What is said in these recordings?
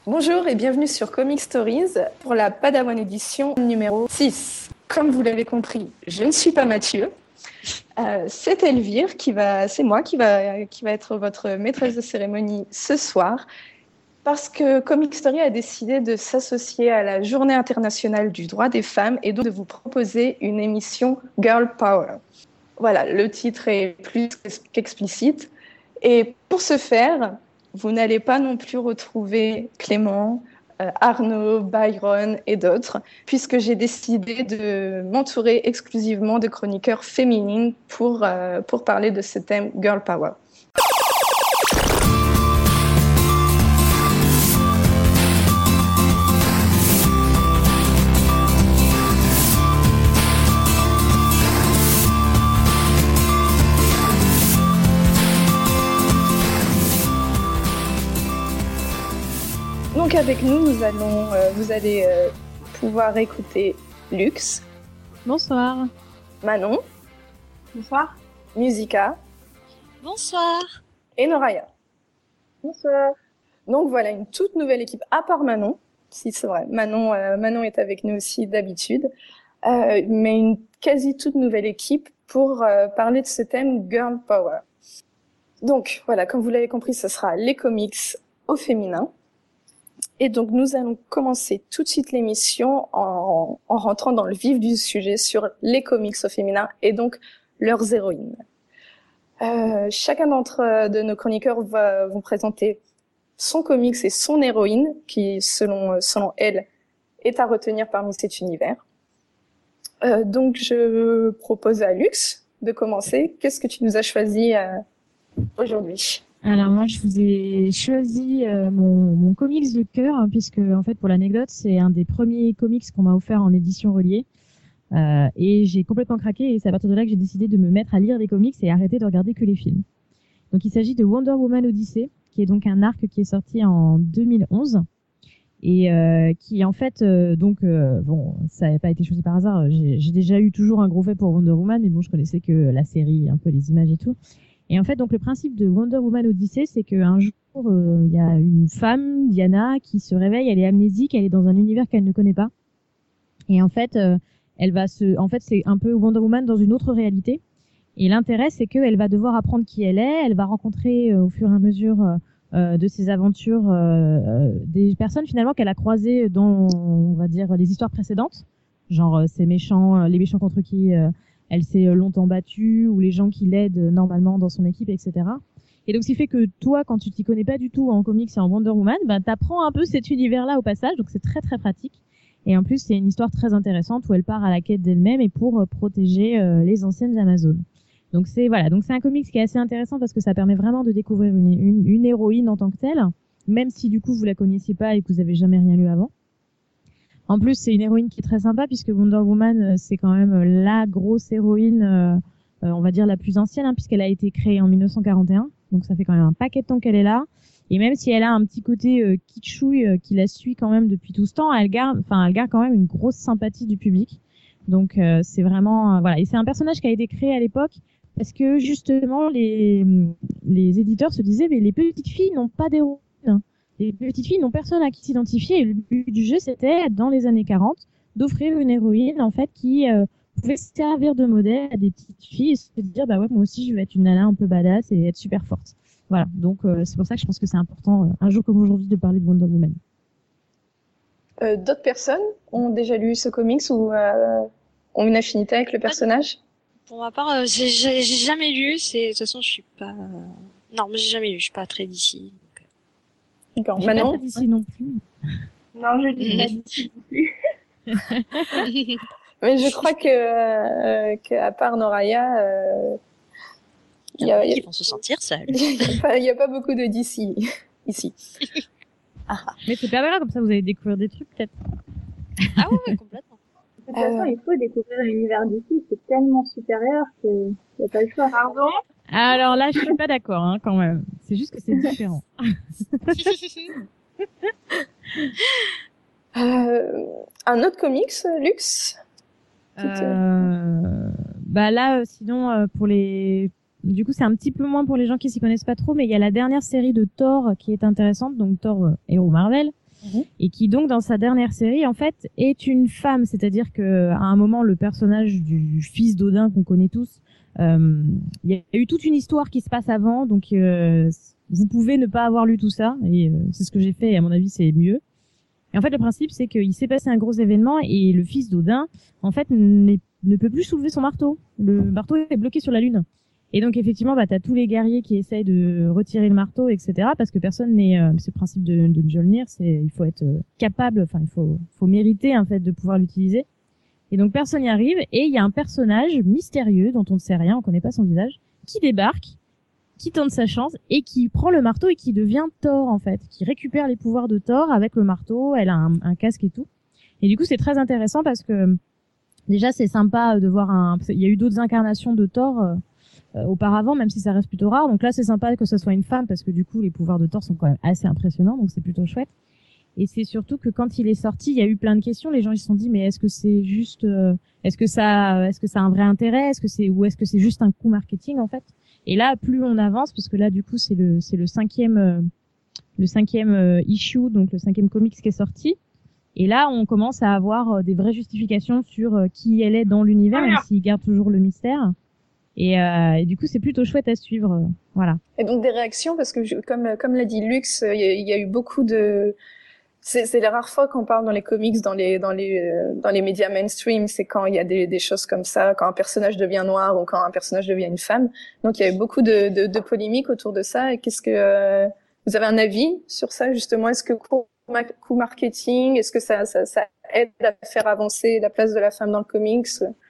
Bonjour et bienvenue sur Comic Stories pour la Padawan édition numéro 6. Comme vous l'avez compris, je ne suis pas Mathieu. C'est Elvire c'est moi qui va être votre maîtresse de cérémonie ce soir parce que Comic Story a décidé de s'associer à la Journée internationale du droit des femmes et donc de vous proposer une émission Girl Power. Voilà, le titre est plus qu'explicite. Et pour ce faire, vous n'allez pas non plus retrouver Clément, Arnaud, Byron et d'autres, puisque j'ai décidé de m'entourer exclusivement de chroniqueurs féminines pour parler de ce thème Girl Power. Donc avec nous, vous allez pouvoir écouter Lux. Bonsoir. Manon. Bonsoir. Musica. Bonsoir. Et Noraya. Bonsoir. Donc voilà, une toute nouvelle équipe, à part Manon. Si c'est vrai, Manon est avec nous aussi d'habitude. Mais une quasi toute nouvelle équipe pour parler de ce thème Girl Power. Donc voilà, comme vous l'avez compris, ce sera les comics au féminin. Et donc, nous allons commencer tout de suite l'émission en rentrant dans le vif du sujet sur les comics au féminin et donc leurs héroïnes. Chacun de nos chroniqueurs va vous présenter son comics et son héroïne qui, selon elle, est à retenir parmi cet univers. Donc, je propose à Lux de commencer. Qu'est-ce que tu nous as choisi aujourd'hui ? Alors moi, je vous ai choisi mon comics de cœur, puisque en fait, pour l'anecdote, c'est un des premiers comics qu'on m'a offert en édition reliée. Et j'ai complètement craqué, et c'est à partir de là que j'ai décidé de me mettre à lire les comics et arrêter de regarder que les films. Donc il s'agit de Wonder Woman Odyssey, qui est donc un arc qui est sorti en 2011. Et qui en fait bon, ça n'avait pas été choisi par hasard. J'ai déjà eu toujours un gros fait pour Wonder Woman, mais bon, je connaissais que la série, un peu les images et tout. Et en fait, donc le principe de Wonder Woman Odyssey, c'est qu'un jour, il y a une femme, Diana, qui se réveille, elle est amnésique, elle est dans un univers qu'elle ne connaît pas. Et en fait, c'est un peu Wonder Woman dans une autre réalité. Et l'intérêt, c'est qu'elle va devoir apprendre qui elle est, elle va rencontrer au fur et à mesure de ses aventures des personnes finalement qu'elle a croisées dans, on va dire, les histoires précédentes, genre les méchants contre qui elle s'est longtemps battue, ou les gens qui l'aident normalement dans son équipe, etc. Et donc, ce qui fait que toi, quand tu t'y connais pas du tout en comics et en Wonder Woman, t'apprends un peu cet univers-là au passage, donc c'est très très pratique. Et en plus, c'est une histoire très intéressante où elle part à la quête d'elle-même et pour protéger les anciennes Amazones. Donc c'est un comics qui est assez intéressant parce que ça permet vraiment de découvrir une héroïne en tant que telle, même si du coup vous la connaissiez pas et que vous avez jamais rien lu avant. En plus, c'est une héroïne qui est très sympa puisque Wonder Woman, c'est quand même la grosse héroïne, on va dire la plus ancienne, puisqu'elle a été créée en 1941. Donc ça fait quand même un paquet de temps qu'elle est là. Et même si elle a un petit côté kitschouille qui la suit quand même depuis tout ce temps, elle garde quand même une grosse sympathie du public. Donc c'est vraiment voilà. Et c'est un personnage qui a été créé à l'époque parce que justement les éditeurs se disaient mais les petites filles n'ont pas d'héroïne. Les petites filles n'ont personne à qui s'identifier, et le but du jeu, c'était, dans les années 40, d'offrir une héroïne, en fait, qui pouvait servir de modèle à des petites filles et se dire, bah ouais, moi aussi, je vais être une nana un peu badass et être super forte. Voilà. Donc, c'est pour ça que je pense que c'est important, un jour comme aujourd'hui, de parler de Wonder Woman. D'autres personnes ont déjà lu ce comics ou ont une affinité avec le personnage ? Pour ma part, j'ai jamais lu. De toute façon, je suis pas. Non, mais j'ai jamais lu. Je suis pas très d'ici. D'accord. Manon ? Manon ? Pas d'ici non plus. Non, je lis pas d'ici non plus. Mais je crois que à part Noraya, il y a qui vont se sentir seuls. Il y a pas beaucoup de DC ici. Mais c'est pas mal, comme ça vous allez découvrir des trucs peut-être. Ah ouais, complètement. De toute façon, il faut découvrir l'univers d'ici, c'est tellement supérieur qu'il n'y a pas le choix. Pardon ? Alors là, je suis pas d'accord, quand même. C'est juste que c'est différent. Un autre comics, Lux ? Sinon, du coup, c'est un petit peu moins pour les gens qui s'y connaissent pas trop, mais il y a la dernière série de Thor qui est intéressante, donc Thor, héros Marvel, et qui donc dans sa dernière série en fait est une femme, c'est-à-dire que à un moment le personnage du fils d'Odin qu'on connaît tous, il y a eu toute une histoire qui se passe avant, donc vous pouvez ne pas avoir lu tout ça, et c'est ce que j'ai fait, et à mon avis c'est mieux. Et en fait le principe c'est qu'il s'est passé un gros événement et le fils d'Odin en fait ne peut plus soulever son marteau. Le marteau est bloqué sur la lune. Et donc effectivement, t'as tous les guerriers qui essayent de retirer le marteau, etc. Parce que personne n'est. C'est le principe de Mjolnir, il faut être capable, enfin il faut mériter en fait de pouvoir l'utiliser. Et donc personne n'y arrive. Et il y a un personnage mystérieux dont on ne sait rien, on connaît pas son visage, qui débarque, qui tente sa chance et qui prend le marteau et qui devient Thor en fait, qui récupère les pouvoirs de Thor avec le marteau. Elle a un casque et tout. Et du coup, c'est très intéressant parce que déjà c'est sympa de voir il y a eu d'autres incarnations de Thor. Auparavant, même si ça reste plutôt rare. Donc là, c'est sympa que ce soit une femme parce que du coup, les pouvoirs de Thor sont quand même assez impressionnants, donc c'est plutôt chouette. Et c'est surtout que quand il est sorti, il y a eu plein de questions. Les gens ils se sont dit, mais est-ce que c'est juste, est-ce que ça a un vrai intérêt, est-ce que c'est juste un coup marketing en fait. Et là, plus on avance, parce que là, du coup, c'est le cinquième issue, donc le 5e comics qui est sorti. Et là, on commence à avoir des vraies justifications sur qui elle est dans l'univers, même s'il garde toujours le mystère. Et du coup, c'est plutôt chouette à suivre, voilà. Et donc des réactions, parce que comme l'a dit Lux, il y a eu beaucoup de. C'est les rares fois qu'on parle dans les comics, dans les médias mainstream, c'est quand il y a des choses comme ça, quand un personnage devient noir ou quand un personnage devient une femme. Donc il y a eu beaucoup de polémiques autour de ça. Et qu'est-ce que vous avez un avis sur ça justement? Est-ce que coup marketing, est-ce que ça aide à faire avancer la place de la femme dans le comics?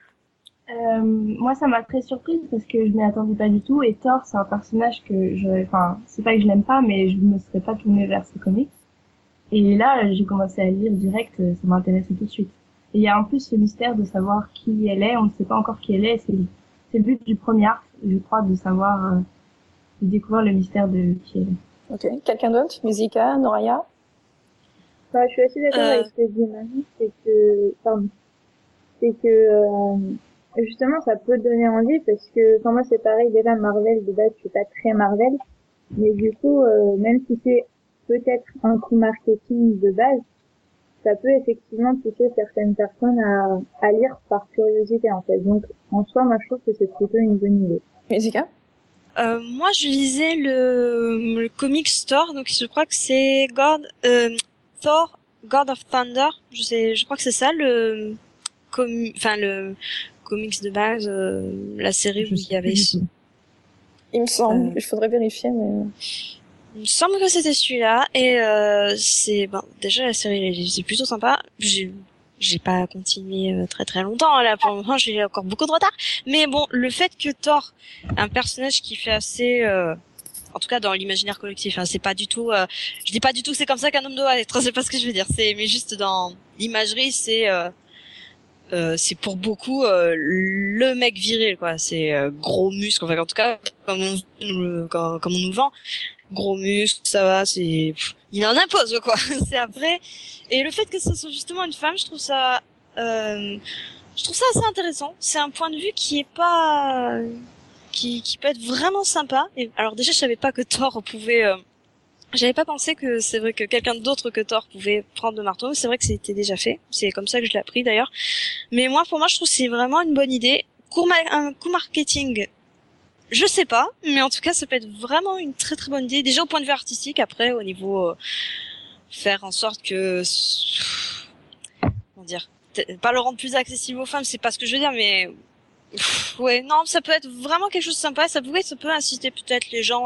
Moi, ça m'a très surprise parce que je m'y attendais pas du tout. Et Thor, c'est un personnage enfin, c'est pas que je l'aime pas, mais je me serais pas tournée vers ces comics. Et là, j'ai commencé à lire direct, ça m'a intéressé tout de suite. Et il y a en plus ce mystère de savoir qui elle est. On ne sait pas encore qui elle est. C'est le but du premier arc, je crois, de savoir, de découvrir le mystère de qui elle est. Ok. Quelqu'un d'autre? Musica, Noraya? Bah, je suis assez d'accord avec ce que dit Marie, c'est que justement ça peut donner envie parce que enfin moi c'est pareil, déjà Marvel de base je suis pas très Marvel, mais du coup même si c'est peut-être un coup marketing de base, ça peut effectivement pousser certaines personnes à lire par curiosité en fait. Donc en soi moi je trouve que c'est plutôt une bonne idée. Musica? Moi je lisais le comic Thor, donc je crois que c'est Thor God of Thunder, je crois que c'est ça le comics de base, la série où il y avait. Il me semble, il faudrait vérifier, mais. Il me semble que c'était celui-là, et c'est déjà la série c'est plutôt sympa. J'ai pas continué très très longtemps là, pour le moment j'ai encore beaucoup de retard. Mais bon, le fait que Thor, un personnage qui fait assez en tout cas dans l'imaginaire collectif, hein, c'est pas du tout je dis pas du tout que c'est comme ça qu'un homme doit être, c'est pas ce que je veux dire, mais juste dans l'imagerie, c'est pour beaucoup le mec viril quoi, c'est gros muscle, enfin en tout cas comme on nous le vend, gros muscle, ça va, il en impose quoi. C'est après, et le fait que ce soit justement une femme, je trouve ça assez intéressant. C'est un point de vue qui est pas qui peut être vraiment sympa. Et alors déjà je savais pas que Thor pouvait j'avais pas pensé que c'est vrai que quelqu'un d'autre que Thor pouvait prendre le marteau. C'est vrai que c'était déjà fait. C'est comme ça que je l'ai appris d'ailleurs. Mais pour moi, je trouve que c'est vraiment une bonne idée. Un coup marketing, je sais pas, mais en tout cas, ça peut être vraiment une très très bonne idée. Déjà au point de vue artistique, après au niveau faire en sorte que comment dire, pas le rendre plus accessible aux femmes, c'est pas ce que je veux dire, mais ouais, non, ça peut être vraiment quelque chose de sympa. Ça peut inciter peut-être les gens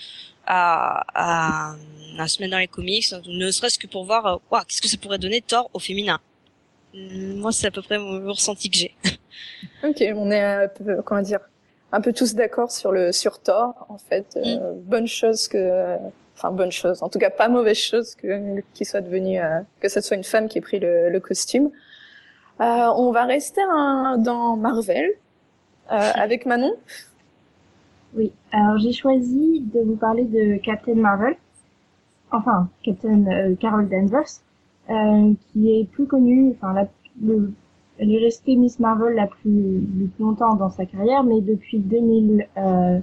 à se mettre dans les comics, ne serait-ce que pour voir qu'est-ce que ça pourrait donner Thor au féminin. Moi, c'est à peu près mon ressenti que j'ai. Ok, on est un peu tous d'accord sur Thor, en fait. Bonne chose bonne chose, en tout cas pas mauvaise chose qu'il soit devenu, que ce soit une femme qui ait pris le costume. On va rester dans Marvel, avec Manon. Oui, alors j'ai choisi de vous parler de Captain Marvel, enfin Captain Carol Danvers, qui est plus connue, enfin elle est restée Miss Marvel le plus longtemps dans sa carrière, mais depuis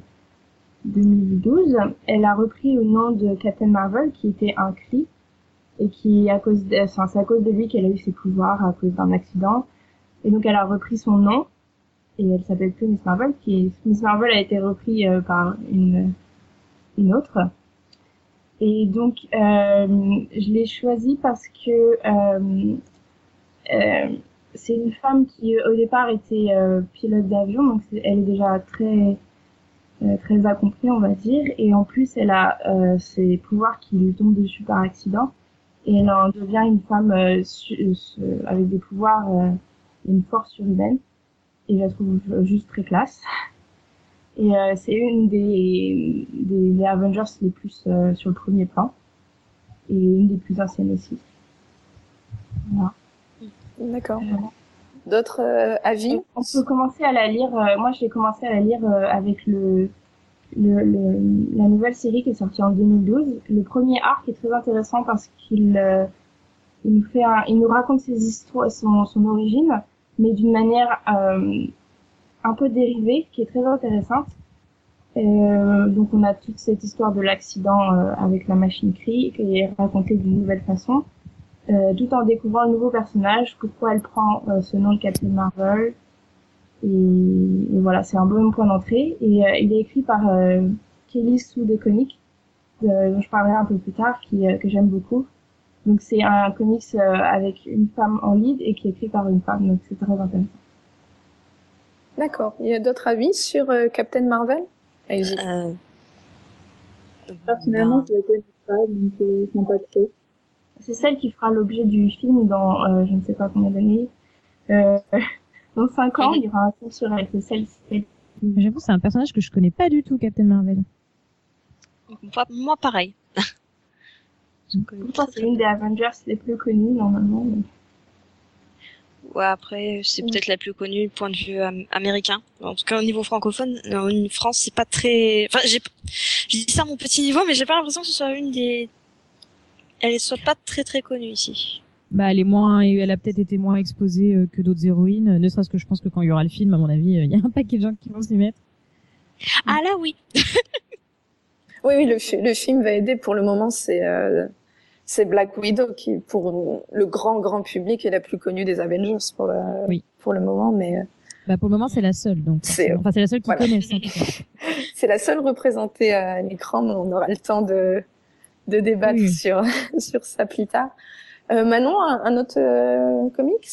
2012, elle a repris le nom de Captain Marvel, qui était un Kree, et qui, c'est à cause de lui qu'elle a eu ses pouvoirs à cause d'un accident. Et donc elle a repris son nom et elle s'appelle plus Miss Marvel. Miss Marvel a été repris par une autre. Et donc je l'ai choisie parce que c'est une femme qui au départ était pilote d'avion, donc elle est déjà très accomplie, on va dire, et en plus elle a ses pouvoirs qui lui tombent dessus par accident, et elle en devient une femme avec des pouvoirs, une force surhumaine, et je la trouve juste très classe. Et c'est une des Avengers les plus sur le premier plan, et une des plus anciennes aussi. Voilà. D'accord. D'autres avis? On peut commencer à la lire. Moi, j'ai commencé à la lire avec la nouvelle série qui est sortie en 2012. Le premier arc est très intéressant parce qu'il nous raconte ses histoires, son origine, mais d'une manière un peu dérivée, qui est très intéressante. Donc, on a toute cette histoire de l'accident avec la machine Kree qui est racontée d'une nouvelle façon. Tout en découvrant un nouveau personnage, pourquoi elle prend ce nom de Captain Marvel. Et voilà, c'est un bon point d'entrée. Et il est écrit par Kelly Sue DeConnick, dont je parlerai un peu plus tard, que j'aime beaucoup. Donc c'est un comics avec une femme en lead et qui est écrit par une femme, donc c'est très intéressant. D'accord. Il y a d'autres avis sur Captain Marvel? Personnellement, je la connais pas, donc je n'en pas trop. C'est celle qui fera l'objet du film dans je ne sais pas combien d'années. Dans 5 ans, il y aura un film sur elle. C'est celle. J'avoue, c'est un personnage que je connais pas du tout, Captain Marvel. Moi, pareil. Pourtant, c'est une des Avengers les plus connues, normalement. Mais... Ouais, après, c'est peut-être la plus connue du point de vue américain. En tout cas, au niveau francophone, en France, c'est pas très... Enfin, je dis ça à mon petit niveau, mais j'ai pas l'impression que ce soit une des... Elle soit pas très très connue ici. Bah, elle a peut-être été moins exposée que d'autres héroïnes, ne serait-ce que je pense que quand il y aura le film, à mon avis, il y a un paquet de gens qui vont s'y mettre. Ah là, oui. Oui, le film va aider. Pour le moment, c'est Black Widow qui, pour le grand public, est la plus connue des Avengers pour le moment, mais. Bah, pour le moment, c'est la seule, donc. C'est la seule qui connaissent, en tout cas. C'est la seule représentée à l'écran, mais on aura le temps de débattre sur ça plus tard. Manon, un autre comics?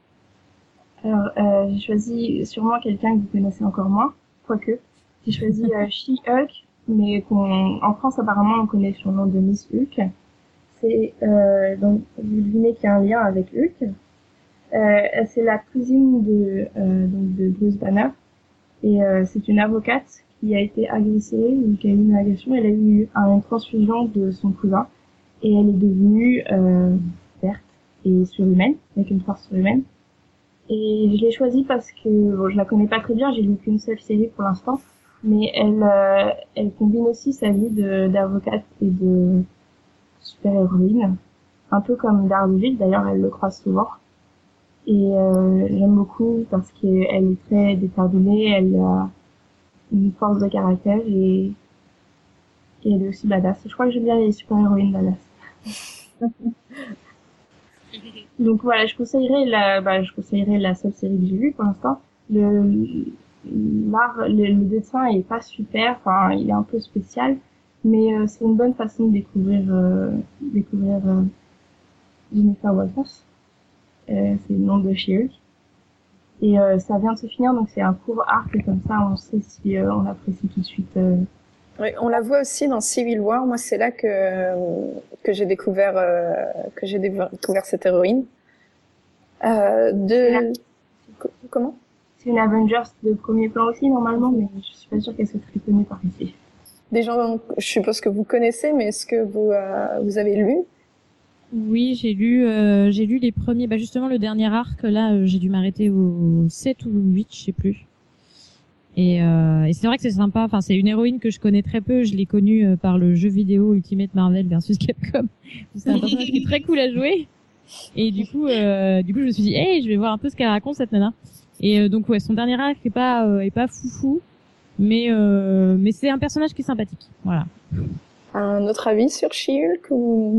Alors, j'ai choisi sûrement quelqu'un que vous connaissez encore moins, quoique. J'ai choisi She-Hulk, mais en France, apparemment, on connaît sur le nom de Miss Hulk. C'est, donc, vous devinez qu'il y a un lien avec Hulk. C'est la cousine de Bruce Banner. Et c'est une avocate qui a été agressée, ou qui a eu une agression. Elle a eu une transfusion de son cousin. Et elle est devenue verte et surhumaine, avec une force surhumaine. Et je l'ai choisie parce que je la connais pas très bien, j'ai lu qu'une seule série pour l'instant, mais elle combine aussi sa vie d'avocate et de super-héroïne, un peu comme Daredevil, d'ailleurs elle le croise souvent. Et j'aime beaucoup parce qu'elle est très déterminée, elle a une force de caractère et elle est aussi badass. Je crois que j'aime bien les super-héroïnes badass. Donc voilà, je conseillerais la seule série que j'ai vue pour l'instant. Le dessin est pas super, enfin il est un peu spécial, mais c'est une bonne façon de découvrir Jennifer Walters. C'est le nom de She-Hulk. Et ça vient de se finir, donc c'est un court arc et comme ça on sait si on apprécie tout de suite. Oui, on la voit aussi dans Civil War. Moi, c'est là que j'ai découvert cette héroïne. Comment? C'est une Avengers de premier plan aussi normalement, mais je suis pas sûre qu'elle soit très connue par ici. Des gens, je suppose que vous connaissez, mais est-ce que vous avez lu? Oui, j'ai lu les premiers, justement le dernier arc. Là, j'ai dû m'arrêter au 7 ou 8, je sais plus. Et c'est vrai que c'est sympa. Enfin, c'est une héroïne que je connais très peu. Je l'ai connue par le jeu vidéo Ultimate Marvel versus Capcom. C'est un personnage qui est très cool à jouer. Et du coup, je me suis dit, hey, je vais voir un peu ce qu'elle raconte cette nana. Et donc ouais, son dernier arc est pas foufou, mais c'est un personnage qui est sympathique. Voilà. Un autre avis sur She-Hulk ou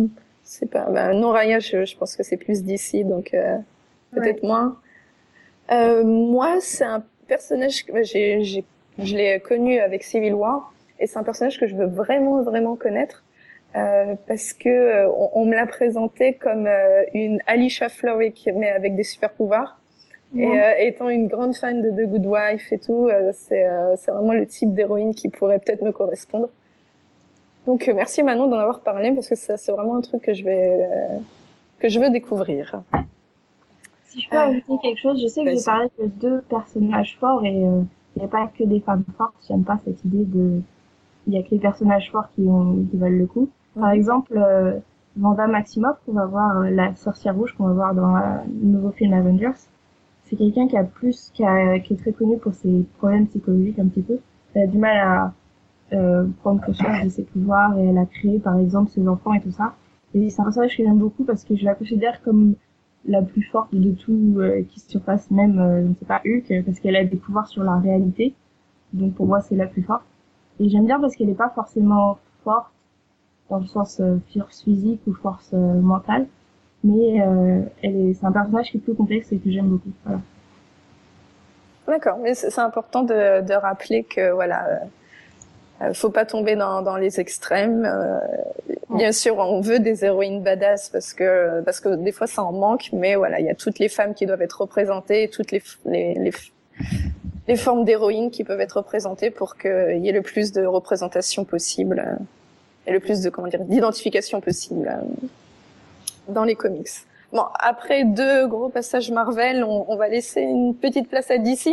c'est pas. Bah, Noraya, je pense que c'est plus d'ici, donc peut-être moins. Moi, c'est un personnage que je l'ai connu avec Civil War, et c'est un personnage que je veux vraiment, vraiment connaître. Parce que on me l'a présenté comme une Alicia Florrick, mais avec des super pouvoirs. Et étant une grande fan de The Good Wife et tout, c'est vraiment le type d'héroïne qui pourrait peut-être me correspondre. Donc merci Manon d'en avoir parlé, parce que ça c'est vraiment un truc que je veux découvrir. Si je peux ajouter quelque chose, je sais que j'ai parlé de 2 personnages forts et il n'y a pas que des femmes fortes. J'aime pas cette idée de il y a que les personnages forts qui valent le coup. Par exemple, Wanda Maximoff, qu'on va voir, la sorcière rouge qu'on va voir dans le nouveau film Avengers. C'est quelqu'un qui est très connu pour ses problèmes psychologiques un petit peu. Elle a du mal à prendre conscience de ses pouvoirs et elle a créé par exemple ses enfants et tout ça. Et c'est un personnage que j'aime beaucoup parce que je la considère comme la plus forte de tout qui surpasse même, je ne sais pas, Hulk, parce qu'elle a des pouvoirs sur la réalité. Donc pour moi c'est la plus forte. Et j'aime bien parce qu'elle n'est pas forcément forte dans le sens force physique ou force mentale, mais c'est un personnage qui est plus complexe et que j'aime beaucoup. Voilà. D'accord, mais c'est important de rappeler que voilà, faut pas tomber dans les extrêmes. Bien sûr, on veut des héroïnes badass parce que des fois ça en manque, mais voilà, il y a toutes les femmes qui doivent être représentées, toutes les formes d'héroïnes qui peuvent être représentées pour qu'il y ait le plus de représentation possible et le plus de d'identification possible dans les comics. Bon, après 2 gros passages Marvel, on va laisser une petite place à DC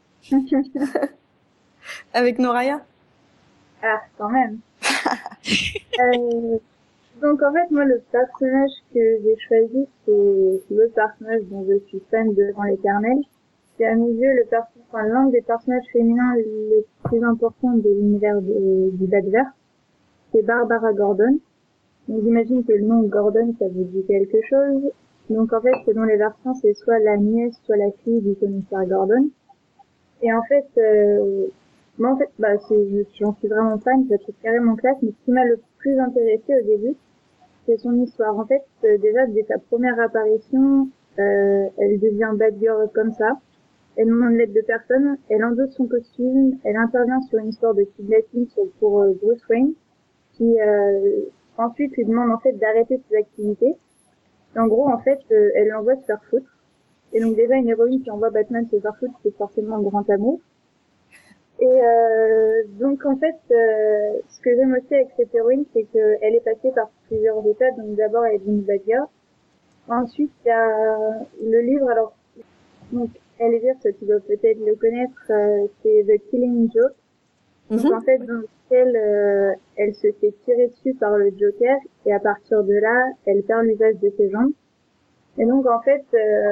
avec Noraya. Ah, quand même. Donc en fait, moi, le personnage que j'ai choisi, c'est le personnage dont je suis fan devant l'éternel. C'est à mes yeux l'un des personnages féminins les plus importants de l'univers du Badger. C'est Barbara Gordon. Donc j'imagine que le nom Gordon, ça vous dit quelque chose. Donc en fait, selon les versions, c'est soit la nièce, soit la fille du commissaire Gordon. Et en fait, moi en fait, j'en suis vraiment fan, je la trouve carrément classe, mais ce qui m'a le plus intéressé au début, c'est son histoire. En fait, déjà, dès sa première apparition, elle devient bad girl comme ça. Elle demande l'aide de personne, elle endosse son costume, elle intervient sur une histoire de kidnapping pour Bruce Wayne, qui ensuite lui demande en fait d'arrêter ses activités. Et en gros, en fait, elle l'envoie se faire foutre. Et donc déjà, une héroïne qui envoie Batman se faire foutre, c'est forcément le grand amour. Et donc en fait, ce que j'aime aussi avec cette héroïne, c'est qu'elle est passée par plusieurs étapes. Donc d'abord, elle est une bad girl. Ensuite, il y a le livre. Alors, donc Elvire, tu dois peut-être le connaître, c'est The Killing Joke. Donc en fait, dans lequel elle se fait tirer dessus par le Joker et à partir de là, elle perd l'usage de ses jambes. Et donc en fait,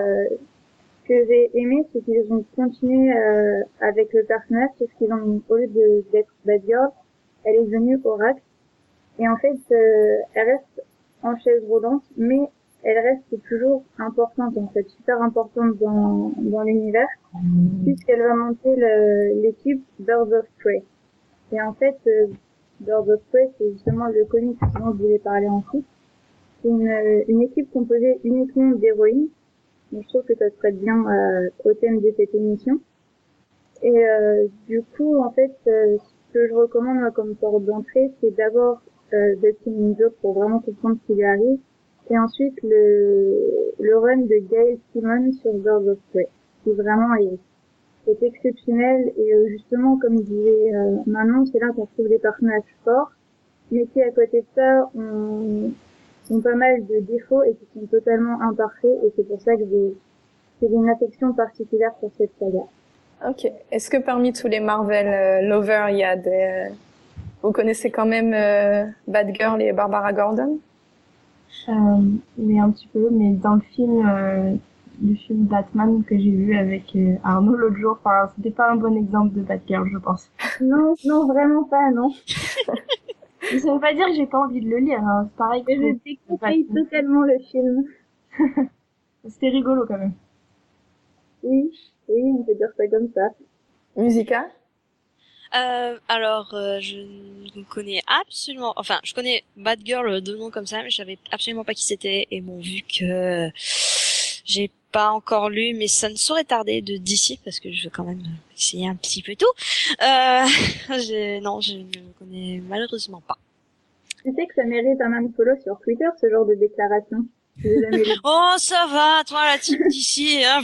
ce que j'ai aimé, c'est qu'ils ont continué avec le personnage, sauf qu'ils ont, au lieu d'être bad girl, elle est devenue Oracle. Et en fait, elle reste en chaise roulante, mais elle reste toujours importante, en fait, super importante dans l'univers, puisqu'elle va monter l'équipe Birds of Prey. Et en fait, Birds of Prey, c'est justement le comic dont je voulais parler ensuite. C'est une équipe composée uniquement d'héroïnes. Donc, je trouve que ça se prête bien au thème de cette émission. Et du coup, en fait, ce que je recommande moi, comme porte d'entrée, c'est d'abord The Killing Joke pour vraiment comprendre ce qui lui arrive, et ensuite le run de Gail Simon sur Birds of Prey, qui vraiment est exceptionnel. Et justement, comme disait Manon, c'est là qu'on trouve des personnages forts, mais qui à côté de ça ont pas mal de défauts et qui sont totalement imparfaits, et c'est pour ça que j'ai une affection particulière pour cette saga. Ok. Est-ce que parmi tous les Marvel lovers, il y a vous connaissez quand même Batgirl et Barbara Gordon? Oui, un petit peu, mais dans le film Batman que j'ai vu avec Arnaud l'autre jour, enfin, c'était pas un bon exemple de Batgirl, je pense. Non, vraiment pas, non. Mais ça veut pas dire que j'ai pas envie de le lire, hein. C'est pareil que je déconseille totalement le film. C'était rigolo quand même. Oui, on peut dire ça comme ça. Musica? Alors, je ne connais absolument, enfin, je connais Batgirl de nom comme ça, mais je savais absolument pas qui c'était. Et bon, vu que j'ai pas encore lu, mais ça ne saurait tarder de d'ici parce que je veux quand même essayer un petit peu tout. Non, je ne le connais malheureusement pas. Tu sais que ça mérite un unfollow sur Twitter, ce genre de déclaration. J'ai jamais lu. Oh, ça va, toi, la team d'ici, hein.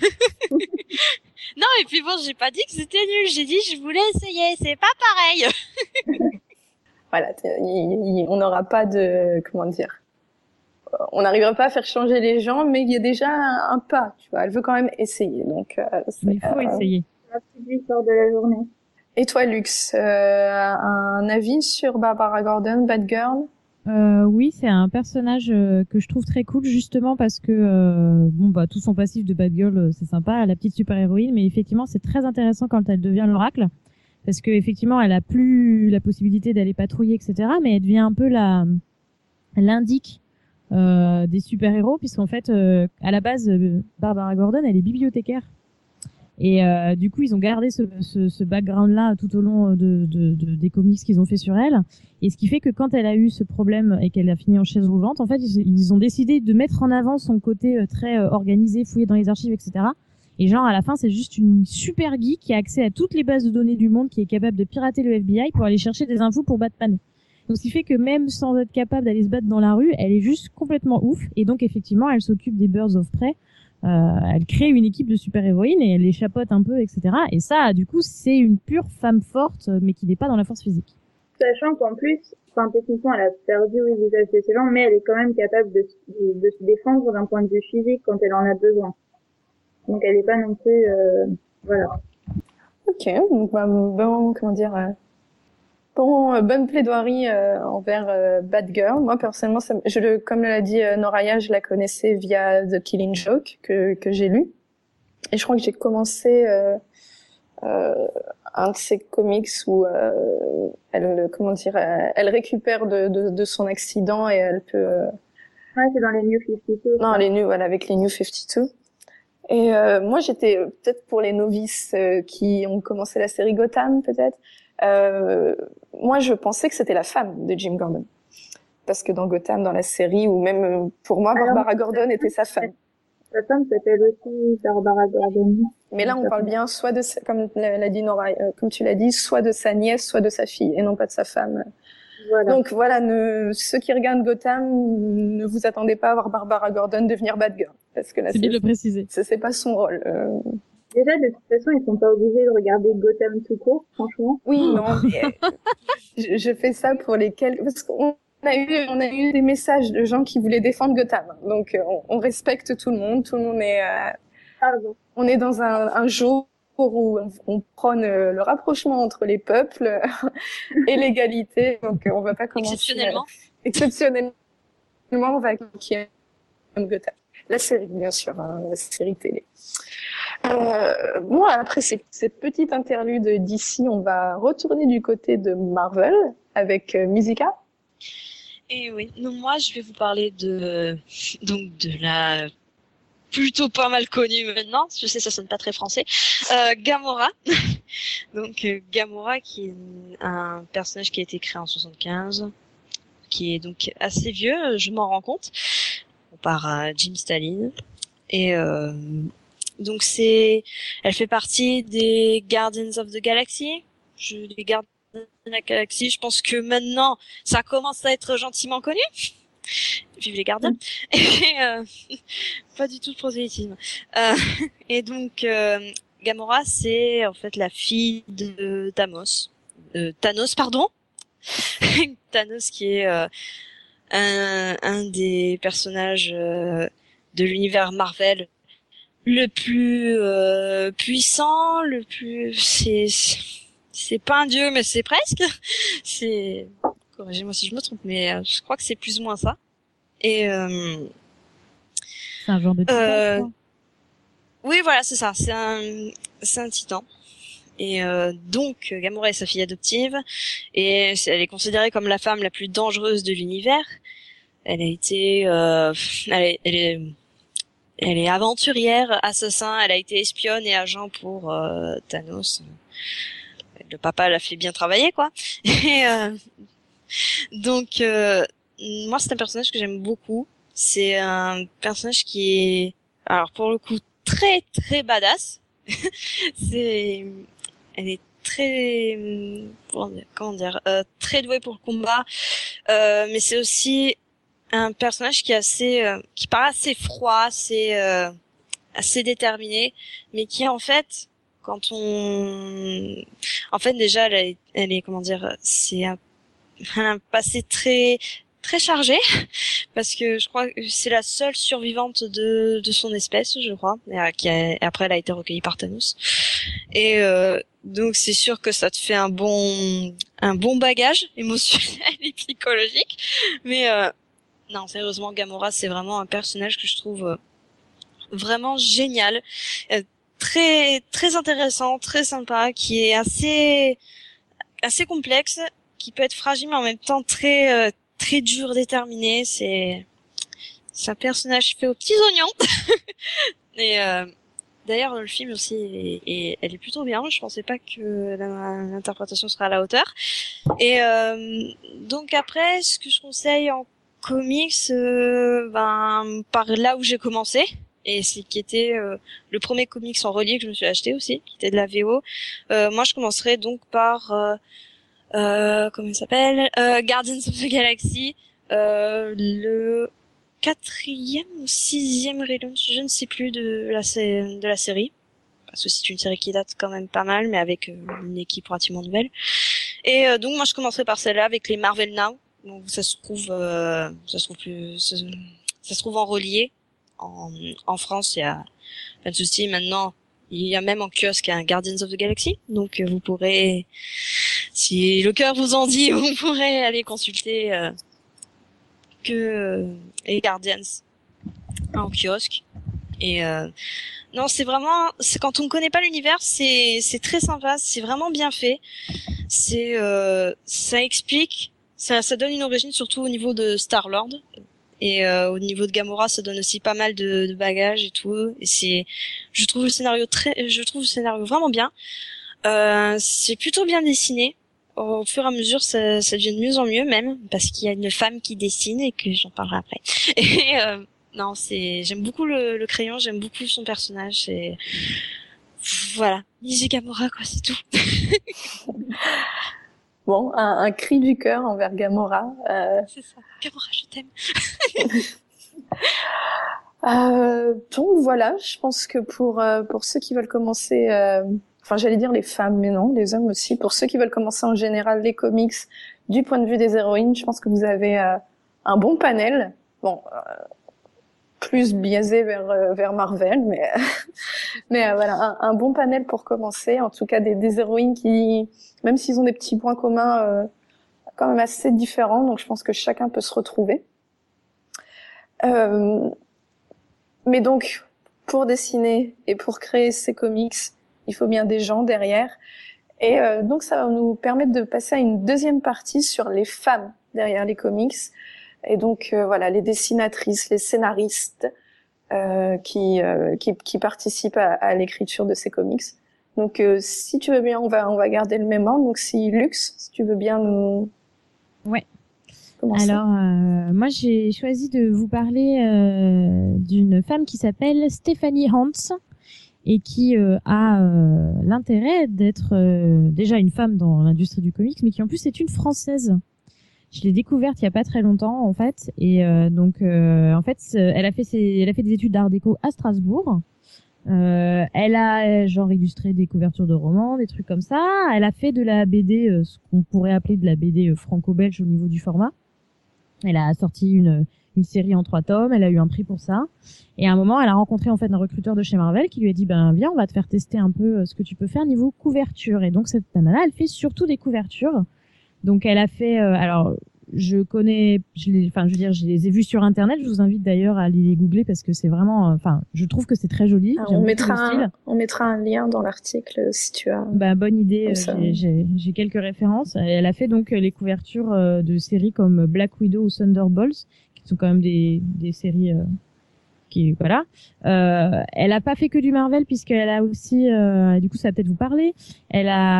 Non, et puis bon, j'ai pas dit que c'était nul, j'ai dit je voulais essayer, c'est pas pareil. Voilà, on n'aura pas de, comment dire, on n'arrivera pas à faire changer les gens, mais il y a déjà un pas, tu vois. Elle veut quand même essayer, donc. Mais il faut essayer. La petite victoire de la journée. Et toi, Lux, un avis sur Barbara Gordon, Batgirl? Oui, c'est un personnage que je trouve très cool justement parce que bon bah tout son passif de Batgirl c'est sympa, la petite super-héroïne, mais effectivement c'est très intéressant quand elle devient l'oracle parce que effectivement elle a plus la possibilité d'aller patrouiller etc. Mais elle devient un peu l'indique des super-héros puisqu'en fait à la base Barbara Gordon elle est bibliothécaire. Et du coup, ils ont gardé ce background-là tout au long des comics qu'ils ont fait sur elle. Et ce qui fait que quand elle a eu ce problème et qu'elle a fini en chaise roulante, en fait, ils ont décidé de mettre en avant son côté très organisé, fouillé dans les archives, etc. Et genre, à la fin, c'est juste une super geek qui a accès à toutes les bases de données du monde, qui est capable de pirater le FBI pour aller chercher des infos pour Batman. Donc, ce qui fait que même sans être capable d'aller se battre dans la rue, elle est juste complètement ouf. Et donc, effectivement, elle s'occupe des Birds of Prey. Elle crée une équipe de super-héroïnes et elle les chapeaute un peu, etc. Et ça, du coup, c'est une pure femme forte, mais qui n'est pas dans la force physique. Sachant qu'en plus, enfin, techniquement, elle a perdu, oui, l'usage de ses jambes, mais elle est quand même capable de se défendre d'un point de vue physique quand elle en a besoin. Donc, elle est pas non plus, voilà. Ok, donc bon, comment dire, bonne plaidoirie envers Batgirl. Moi personnellement, comme l'a dit Noraya, je la connaissais via The Killing Joke que j'ai lu, et je crois que j'ai commencé un de ses comics où elle, comment dire, elle récupère de son accident et elle peut. Ouais, c'est dans les New 52. Non, voilà, avec les New 52. Et moi, j'étais peut-être pour les novices qui ont commencé la série Gotham, peut-être. Moi, je pensais que c'était la femme de Jim Gordon, parce que dans Gotham, dans la série, ou même pour moi, Barbara Gordon était sa femme. Sa femme s'appelle aussi Barbara Gordon. Mais là, on parle bien soit comme l'a dit Nora, comme tu l'as dit, soit de sa nièce, soit de sa fille, et non pas de sa femme. Voilà. Donc voilà, ceux qui regardent Gotham, ne vous attendez pas à voir Barbara Gordon devenir Batgirl, parce que là, c'est bien de le préciser. C'est pas son rôle. Déjà, de toute façon, ils sont pas obligés de regarder Gotham tout court, franchement. Oui, non, mais je fais ça pour parce qu'on a eu des messages de gens qui voulaient défendre Gotham. Donc, on respecte tout le monde. Tout le monde est, on est dans un jour où on prône le rapprochement entre les peuples et l'égalité. Donc, on va pas commencer. Exceptionnellement, on va qui Gotham. La série, bien sûr, la série télé. Bon, après cette petite interlude d'ici, on va retourner du côté de Marvel avec Musica. Et oui, donc moi je vais vous parler de la plutôt pas mal connue maintenant, je sais ça sonne pas très français, Gamora. Donc Gamora qui est un personnage qui a été créé en 75, qui est donc assez vieux, je m'en rends compte. On part à Jim Stalin et donc elle fait partie des Guardians of the Galaxy. Les Gardiens de la Galaxie, je pense que maintenant, ça commence à être gentiment connu. Vive les Gardiens. Et pas du tout de prosélytisme. Et donc, Gamora, c'est en fait la fille de Thanos, pardon. Thanos qui est un des personnages de l'univers Marvel le plus puissant, le plus c'est pas un dieu mais c'est presque. C'est corrigez-moi si je me trompe mais je crois que c'est plus ou moins ça. Et c'est un genre de titan. Oui, voilà, c'est ça, c'est un titan. Et donc Gamora est sa fille adoptive et elle est considérée comme la femme la plus dangereuse de l'univers. Elle a été elle est aventurière, assassin, elle a été espionne et agent pour Thanos. le papa l'a fait bien travailler, quoi. Et donc moi, c'est un personnage que j'aime beaucoup. C'est un personnage qui est, alors pour le coup, très très badass. c'est, elle est très, comment dire, très douée pour le combat. Mais c'est aussi un personnage qui est assez, qui paraît assez froid, assez déterminé, mais qui en fait, en fait déjà, elle est comment dire, elle a un passé très très chargé parce que je crois que c'est la seule survivante de son espèce, je crois, et après elle a été recueillie par Thanos. Et donc c'est sûr que ça te fait un bon bagage émotionnel et psychologique. Mais non, sérieusement, Gamora, c'est vraiment un personnage que je trouve vraiment génial, très très intéressant, très sympa, qui est assez complexe, qui peut être fragile mais en même temps très très dur, déterminé. C'est un personnage fait aux petits oignons. Et d'ailleurs le film aussi elle est plutôt bien. Je pensais pas que l'interprétation serait à la hauteur. Et donc après, ce que je conseille en comics, par là où j'ai commencé, et c'est qui était le premier comics en relié que je me suis acheté aussi, qui était de la VO. Moi je commencerai donc par comment il s'appelle, Guardians of the Galaxy, le 4e ou 6e relaunch, je ne sais plus, de la série, parce que c'est une série qui date quand même pas mal, mais avec une équipe relativement nouvelle. Et donc moi je commencerai par celle-là avec les Marvel Now. Donc ça se trouve en relié. En France, il y a pas de souci. Maintenant, il y a même en kiosque un Guardians of the Galaxy. Donc vous pourrez, si le cœur vous en dit, vous pourrez aller consulter les Guardians en kiosque. Et non, c'est quand on ne connaît pas l'univers, c'est très sympa, c'est vraiment bien fait. Ça explique, ça donne une origine surtout au niveau de Star-Lord. Et au niveau de Gamora, ça donne aussi pas mal de bagages et tout. Et je trouve le scénario vraiment bien. C'est plutôt bien dessiné. Au fur et à mesure, ça devient de mieux en mieux même, parce qu'il y a une femme qui dessine et que j'en parlerai après. Et non, j'aime beaucoup le crayon, j'aime beaucoup son personnage. Et voilà, Nisée Gamora, quoi, c'est tout. Bon, un cri du cœur envers Gamora. C'est ça. Gamora, je t'aime. Donc voilà, je pense que pour ceux qui veulent commencer, enfin j'allais dire les femmes, mais non, les hommes aussi. Pour ceux qui veulent commencer en général les comics du point de vue des héroïnes, je pense que vous avez un bon panel. Bon, plus biaisé vers Marvel, mais voilà, un bon panel pour commencer. En tout cas, des héroïnes qui, même s'ils ont des petits points communs, quand même assez différents, donc je pense que chacun peut se retrouver. Mais donc, pour dessiner et pour créer ces comics, il faut bien des gens derrière. Et donc, ça va nous permettre de passer à une deuxième partie sur les femmes derrière les comics. Et donc, voilà, les dessinatrices, les scénaristes qui participent à l'écriture de ces comics. Donc, si tu veux bien, on va garder le même ordre. Donc, si Lux, si tu veux bien nous... Ouais. Commencer. Alors, moi, j'ai choisi de vous parler d'une femme qui s'appelle Stephanie Hans et qui a l'intérêt d'être déjà une femme dans l'industrie du comics, mais qui en plus est une Française. Je l'ai découverte il y a pas très longtemps en fait, et donc en fait, elle a fait des études d'art déco à Strasbourg. Elle a genre illustré des couvertures de romans, des trucs comme ça. Elle a fait de la BD, ce qu'on pourrait appeler de la BD franco-belge au niveau du format. Elle a sorti une série en 3 tomes. Elle a eu un prix pour ça. Et à un moment, elle a rencontré en fait un recruteur de chez Marvel qui lui a dit ben viens, on va te faire tester un peu ce que tu peux faire niveau couverture. Et donc cette nana, elle fait surtout des couvertures. Donc elle a fait alors je les ai vus sur internet, je vous invite d'ailleurs à aller les googler parce que c'est vraiment je trouve que c'est très joli. On mettra un lien dans l'article si tu as bonne idée, j'ai quelques références. Elle a fait donc les couvertures de séries comme Black Widow ou Thunderbolts qui sont quand même des séries qui voilà. Elle a pas fait que du Marvel puisqu'elle a aussi du coup ça va peut-être vous parler. Elle a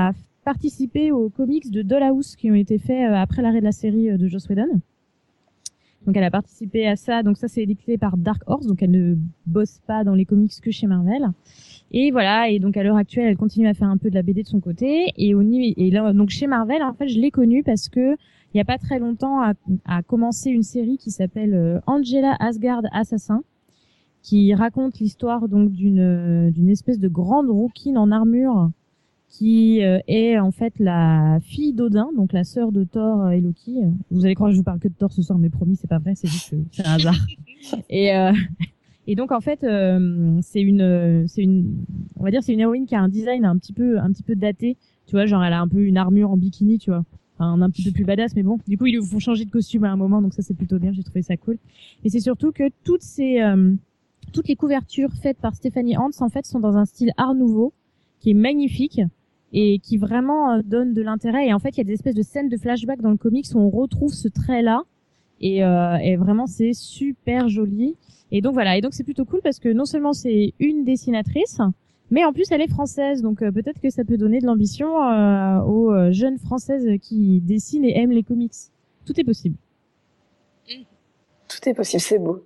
participé aux comics de Dollhouse qui ont été faits après l'arrêt de la série de Joss Whedon. Donc elle a participé à ça, donc ça c'est édité par Dark Horse, donc elle ne bosse pas dans les comics que chez Marvel. Et voilà, et donc à l'heure actuelle, elle continue à faire un peu de la BD de son côté. Et là, donc chez Marvel, en fait, je l'ai connue parce que il y a pas très longtemps a commencé une série qui s'appelle Angela Asgard Assassin, qui raconte l'histoire donc d'une espèce de grande rouquine en armure qui est en fait la fille d'Odin, donc la sœur de Thor et Loki. Vous allez croire que je vous parle que de Thor ce soir, mais promis, c'est pas vrai, c'est juste c'est un hasard. Et et donc en fait c'est une on va dire c'est une héroïne qui a un design un petit peu daté, tu vois, genre elle a un peu une armure en bikini, tu vois. Enfin, un petit peu plus badass, mais bon, du coup ils lui font changer de costume à un moment, donc ça c'est plutôt bien, j'ai trouvé ça cool. Et c'est surtout que toutes les couvertures faites par Stephanie Hans en fait sont dans un style art nouveau qui est magnifique et qui vraiment donne de l'intérêt. Et en fait, il y a des espèces de scènes de flashback dans le comics où on retrouve ce trait-là. Et vraiment, c'est super joli. Et donc voilà. Et donc c'est plutôt cool parce que non seulement c'est une dessinatrice, mais en plus elle est française. Donc peut-être que ça peut donner de l'ambition aux jeunes françaises qui dessinent et aiment les comics. Tout est possible. Tout est possible, c'est beau.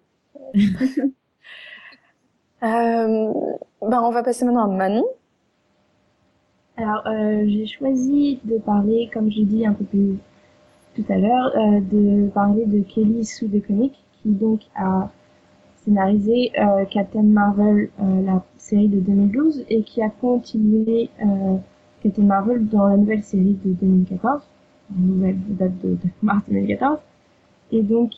On va passer maintenant à Manon. Alors, j'ai choisi de parler, comme j'ai dit un peu plus tout à l'heure, de parler de Kelly Sue DeConnick, qui donc a scénarisé Captain Marvel, la série de 2012, et qui a continué Captain Marvel dans la nouvelle série de 2014, la nouvelle date de mars 2014. Et donc,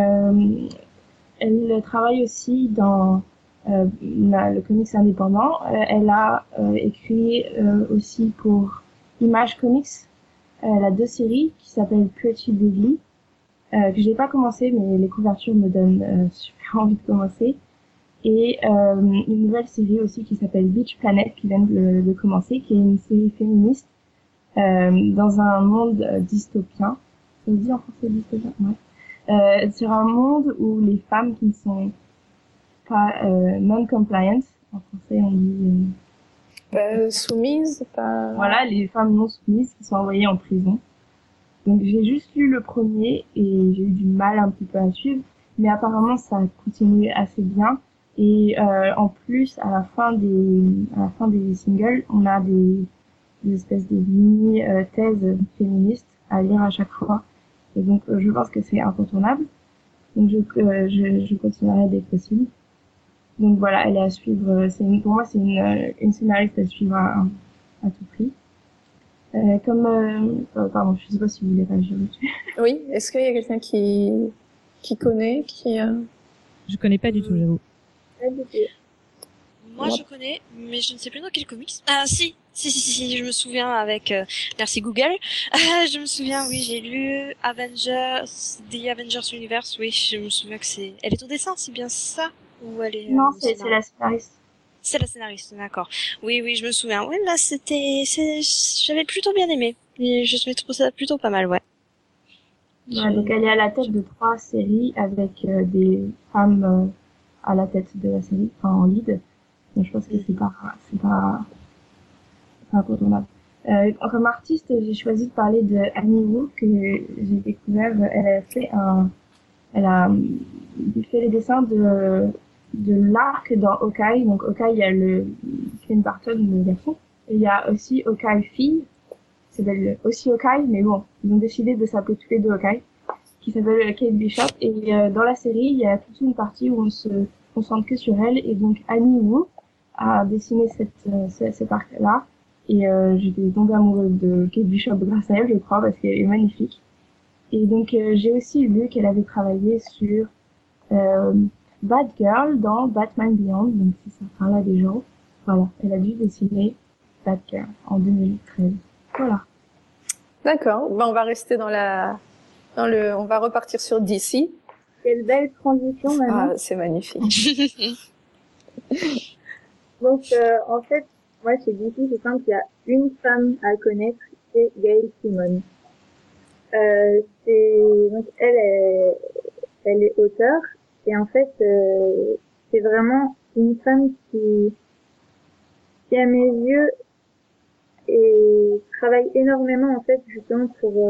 elle travaille aussi dans le comics indépendant. Elle a écrit aussi pour Image Comics. Elle a 2 séries qui s'appellent Pretty Deadly, que j'ai pas commencé, mais les couvertures me donnent super envie de commencer. Et une nouvelle série aussi qui s'appelle Beach Planet, qui vient de commencer, qui est une série féministe dans un monde dystopien. Ça se dit en français dystopien? Ouais. Sur un monde où les femmes qui ne sont pas non-compliant, en français on dit Soumise, pas... Voilà, les femmes non soumises qui sont envoyées en prison. Donc j'ai juste lu le premier et j'ai eu du mal un petit peu à suivre, mais apparemment ça continue assez bien. Et en plus, à la fin des singles, on a des espèces de mini thèses féministes à lire à chaque fois. Et donc je pense que c'est incontournable. Donc je continuerai dès que possible. Donc voilà, elle est à suivre. Pour moi, c'est une scénariste à suivre à tout prix. Pardon, je sais pas si vous voulez réagir dessus. Oui, est-ce qu'il y a quelqu'un qui connaît, Je connais pas du tout, j'avoue. Moi, je connais, mais je ne sais plus dans quel comics. Ah, si, je me souviens avec, merci Google. Je me souviens, oui, j'ai lu The Avengers Universe, oui, je me souviens que elle est au dessin, c'est bien ça? Ou elle est, Non, c'est la scénariste. C'est la scénariste, d'accord. Oui, je me souviens. Ouais, là, j'avais plutôt bien aimé. Et je trouve ça plutôt pas mal, ouais. Ouais, donc elle est à la tête de 3 séries avec des femmes à la tête de la série, enfin en lead. Donc je pense que c'est pas incontournable. Comme artiste, j'ai choisi de parler de Annie Wu que j'ai découvert. Elle a fait les dessins de l'arc dans Hawkeye. Donc Hawkeye, il y a Clint Barton, le garçon. Et il y a aussi Hawkeye fille. C'est aussi Hawkeye, mais bon, ils ont décidé de s'appeler tous les deux Hawkeye, qui s'appelle Kate Bishop. Et dans la série, il y a toute une partie où on se concentre que sur elle. Et donc Annie Wu a dessiné cet arc-là. Et j'étais tombée amoureuse de Kate Bishop grâce à elle, je crois, parce qu'elle est magnifique. Et donc j'ai aussi vu qu'elle avait travaillé sur Batgirl dans Batman Beyond, donc si ça parle à des gens, voilà, elle a dû dessiner Batgirl en 2013. Voilà. D'accord. On va rester on va repartir sur DC. Quelle belle transition maintenant. Ah, c'est magnifique. Donc, en fait, moi, chez DC, c'est simple, il y a une femme à connaître, c'est Gail Simone. Donc, elle est auteure, et en fait, c'est vraiment une femme qui, à mes yeux, et travaille énormément en fait justement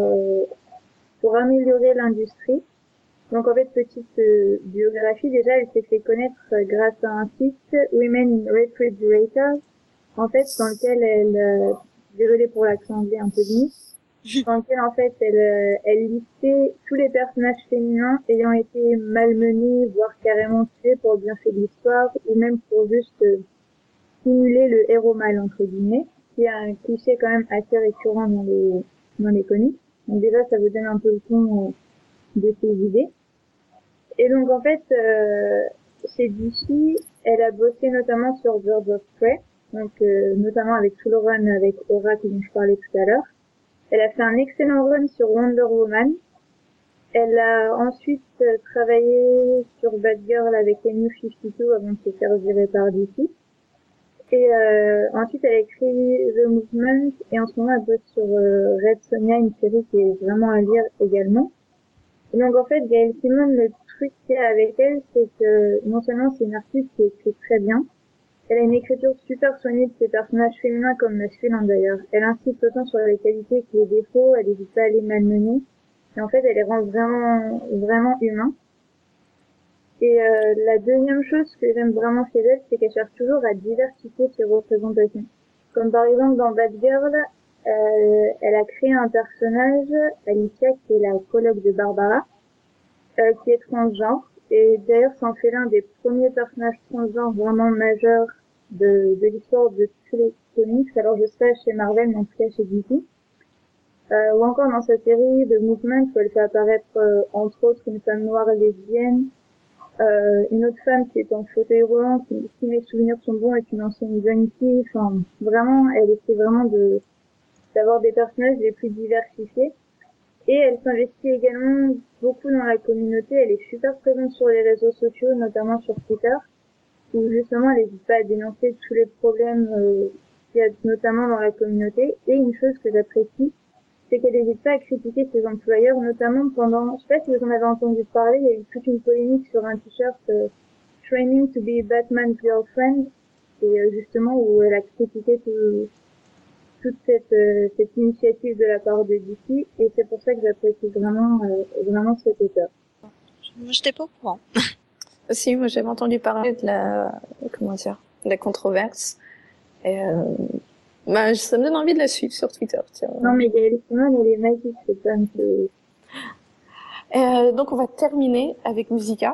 pour améliorer l'industrie. Donc en fait, petite biographie, déjà elle s'est fait connaître grâce à un site Women in Refrigerators, en fait dans lequel elle désolée pour l'accent anglais un peu limite, dans lequel en fait elle listait tous les personnages féminins ayant été malmenés, voire carrément tués pour le bienfait de l'histoire, ou même pour juste simuler le héros mâle entre guillemets, qui est un cliché quand même assez récurrent dans les comics. Donc déjà ça vous donne un peu le ton de ses idées. Et donc en fait chez DC, elle a bossé notamment sur Birds of Prey, donc notamment avec tout le run avec Oracle dont je parlais tout à l'heure. Elle a fait un excellent run sur Wonder Woman. Elle a ensuite travaillé sur Batgirl avec les New 52 avant de se faire virer par DC. Et ensuite, elle a écrit The Movement et en ce moment, elle bosse sur Red Sonja, une série qui est vraiment à lire également. Et donc en fait, Gail Simone, le truc qu'il y a avec elle, c'est que non seulement c'est une artiste qui écrit très bien, elle a une écriture super soignée de ses personnages féminins comme masculins d'ailleurs. Elle insiste autant sur les qualités que les défauts, elle n'hésite pas à les malmener. Et en fait, elle les rend vraiment, vraiment humains. Et la deuxième chose que j'aime vraiment chez elle, c'est qu'elle cherche toujours à diversifier ses représentations. Comme par exemple dans Batgirl, elle a créé un personnage, Alicia, qui est la coloc de Barbara, qui est transgenre. Et d'ailleurs, c'en fait l'un des premiers personnages transgenres vraiment majeurs de l'histoire de tous les comics. Alors je sais pas chez Marvel, mais en tout cas chez DC. Ou encore dans sa série The Movement, où elle fait apparaître entre autres une femme noire lesbienne, une autre femme qui est en fauteuil roulant, qui mes souvenirs sont bons, est une ancienne jeune fille. Enfin, vraiment, elle essaie vraiment d'avoir des personnages les plus diversifiés. Et elle s'investit également beaucoup dans la communauté. Elle est super présente sur les réseaux sociaux, notamment sur Twitter, où justement elle n'hésite pas à dénoncer tous les problèmes qu'il y a notamment dans la communauté. Et une chose que j'apprécie, c'est qu'elle n'hésite pas à critiquer ses employeurs, notamment pendant, je sais pas si vous en avez entendu parler, il y a eu toute une polémique sur un t-shirt Training to be Batman's Girlfriend, et justement où elle a critiqué toute cette initiative de la part de DC, et c'est pour ça que j'apprécie vraiment cet auteur. Moi, j'étais pas au courant. Si, moi j'avais entendu parler de la controverse. Et ça me donne envie de la suivre sur Twitter. Tiens. Non mais Gaëlle Simone, elle est magique, c'est pas un peu... Donc on va terminer avec Musica.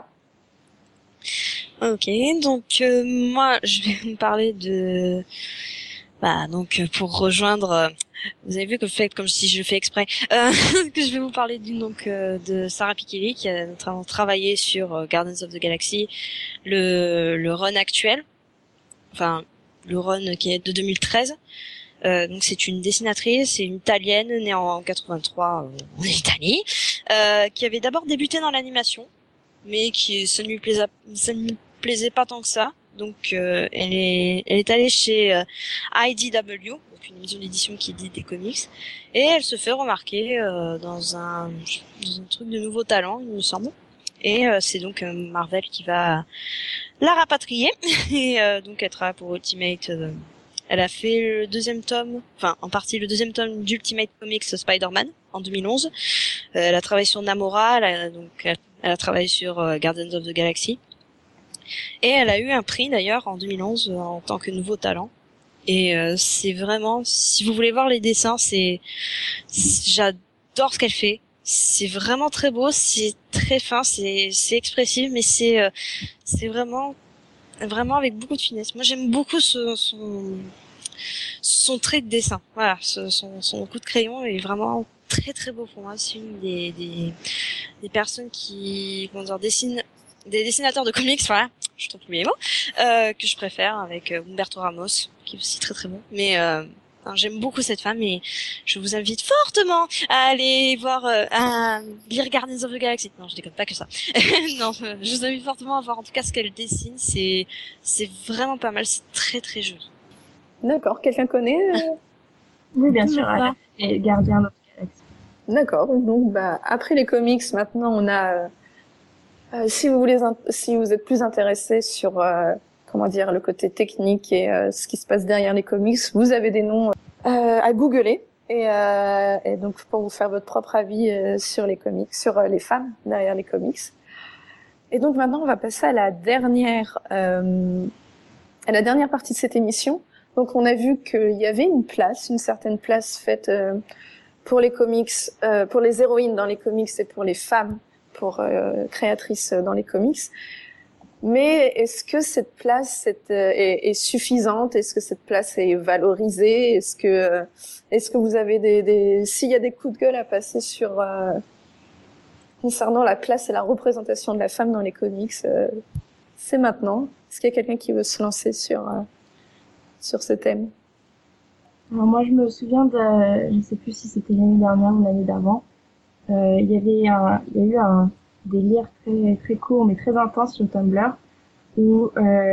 Ok, donc moi je vais vous parler de... donc pour rejoindre... vous avez vu que comme si je le fais exprès, que je vais vous parler de Sarah Pikeli qui a notamment travaillé sur Guardians of the Galaxy, le run actuel, enfin le run qui est de 2013. Donc c'est une dessinatrice, c'est une italienne née en 83 en Italie, qui avait d'abord débuté dans l'animation, mais ça ne lui plaisait pas tant que ça. Donc elle est allée chez IDW, donc une maison d'édition qui édite des comics, et elle se fait remarquer dans un truc de nouveau talent, il me semble. Et c'est donc Marvel qui va la rapatrier et donc elle travaille pour Ultimate. Elle a fait le deuxième tome, enfin en partie le deuxième tome d'Ultimate Comics Spider-Man en 2011. Elle a travaillé sur Namora, elle a travaillé sur Guardians of the Galaxy. Et elle a eu un prix d'ailleurs en 2011 en tant que nouveau talent. Et c'est vraiment, si vous voulez voir les dessins, j'adore ce qu'elle fait. C'est vraiment très beau, c'est très fin, c'est expressif, mais c'est vraiment avec beaucoup de finesse. Moi j'aime beaucoup son trait de dessin. Voilà, son coup de crayon est vraiment très très beau pour moi. C'est une des personnes qui dessinent, des dessinateurs de comics, voilà, je trouve plus mes mots, que je préfère, avec Humberto Ramos, qui est aussi très très bon. Mais j'aime beaucoup cette femme et je vous invite fortement à aller voir, à lire Guardians of the Galaxy. Non, je déconne pas que ça. Non, je vous invite fortement à voir en tout cas ce qu'elle dessine. C'est vraiment pas mal, c'est très très joli. D'accord, quelqu'un connaît Oui, bien sûr, et Gardien of the Galaxy. D'accord, donc après les comics, maintenant on a... si vous êtes plus intéressé sur le côté technique et ce qui se passe derrière les comics, vous avez des noms à googler et donc pour vous faire votre propre avis sur les comics, sur les femmes derrière les comics. Et donc maintenant, on va passer à la dernière partie de cette émission. Donc on a vu qu'il y avait une certaine place faite pour les comics, pour les héroïnes dans les comics et pour les femmes, pour créatrices dans les comics. Mais est-ce que cette place est suffisante? Est-ce que cette place est valorisée? Est-ce que vous avez s'il y a des coups de gueule à passer sur concernant la place et la représentation de la femme dans les comics, c'est maintenant. Est-ce qu'il y a quelqu'un qui veut se lancer sur ce thème? Alors moi, je me souviens je ne sais plus si c'était l'année dernière ou l'année d'avant. Il y a eu un délire très très court mais très intense sur Tumblr où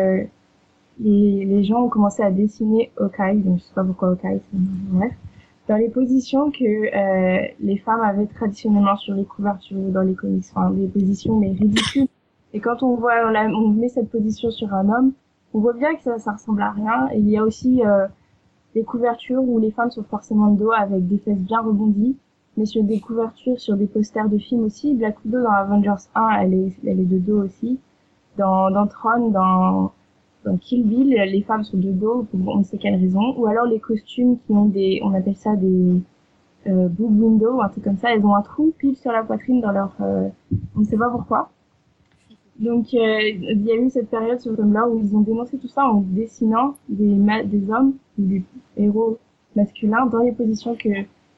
les gens ont commencé à dessiner Hawkeye, donc je sais pas pourquoi Hawkeye, bref, dans les positions que les femmes avaient traditionnellement sur les couvertures dans les comics, enfin des positions mais ridicules. Et quand on met cette position sur un homme, on voit bien que ça ressemble à rien. Et il y a aussi des couvertures où les femmes sont forcément de dos avec des fesses bien rebondies, mais sur des couvertures, sur des posters de films aussi. Black Widow dans Avengers 1, elle est de dos aussi. Dans Tron, dans Kill Bill, les femmes sont de dos pour on ne sait quelle raison. Ou alors les costumes qui ont on appelle ça des boob window, un truc comme ça, elles ont un trou pile sur la poitrine dans leur, on ne sait pas pourquoi. Donc il y a eu cette période sur Tumblr où ils ont dénoncé tout ça en dessinant des hommes, des héros masculins dans les positions que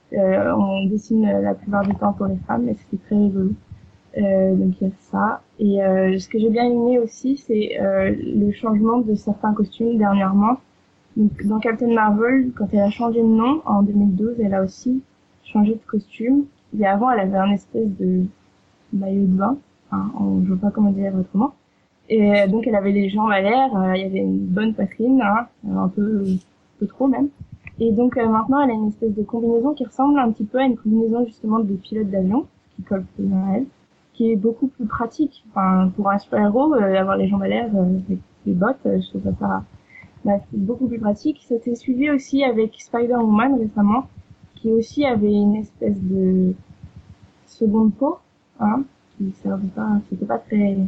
on dessine la plupart du temps pour les femmes, et c'était très rigolo. Donc il y a ça. Et ce que j'ai bien aimé aussi, c'est le changement de certains costumes dernièrement. Donc dans Captain Marvel, quand elle a changé de nom en 2012, elle a aussi changé de costume. Et avant, elle avait un espèce de maillot de bain. Enfin, je vois pas comment dire autrement. Et donc elle avait les jambes à l'air, il y avait une bonne poitrine, hein, un peu trop même. Et donc maintenant elle a une espèce de combinaison qui ressemble un petit peu à une combinaison justement de pilote d'avion, qui colle plus bien à elle, qui est beaucoup plus pratique. Enfin, pour un super-héros, avoir les jambes à l'air avec les bottes, je trouve ça c'est beaucoup plus pratique. C'était suivi aussi avec Spider-Woman récemment, qui aussi avait une espèce de seconde peau, hein, qui servait pas, c'était pas très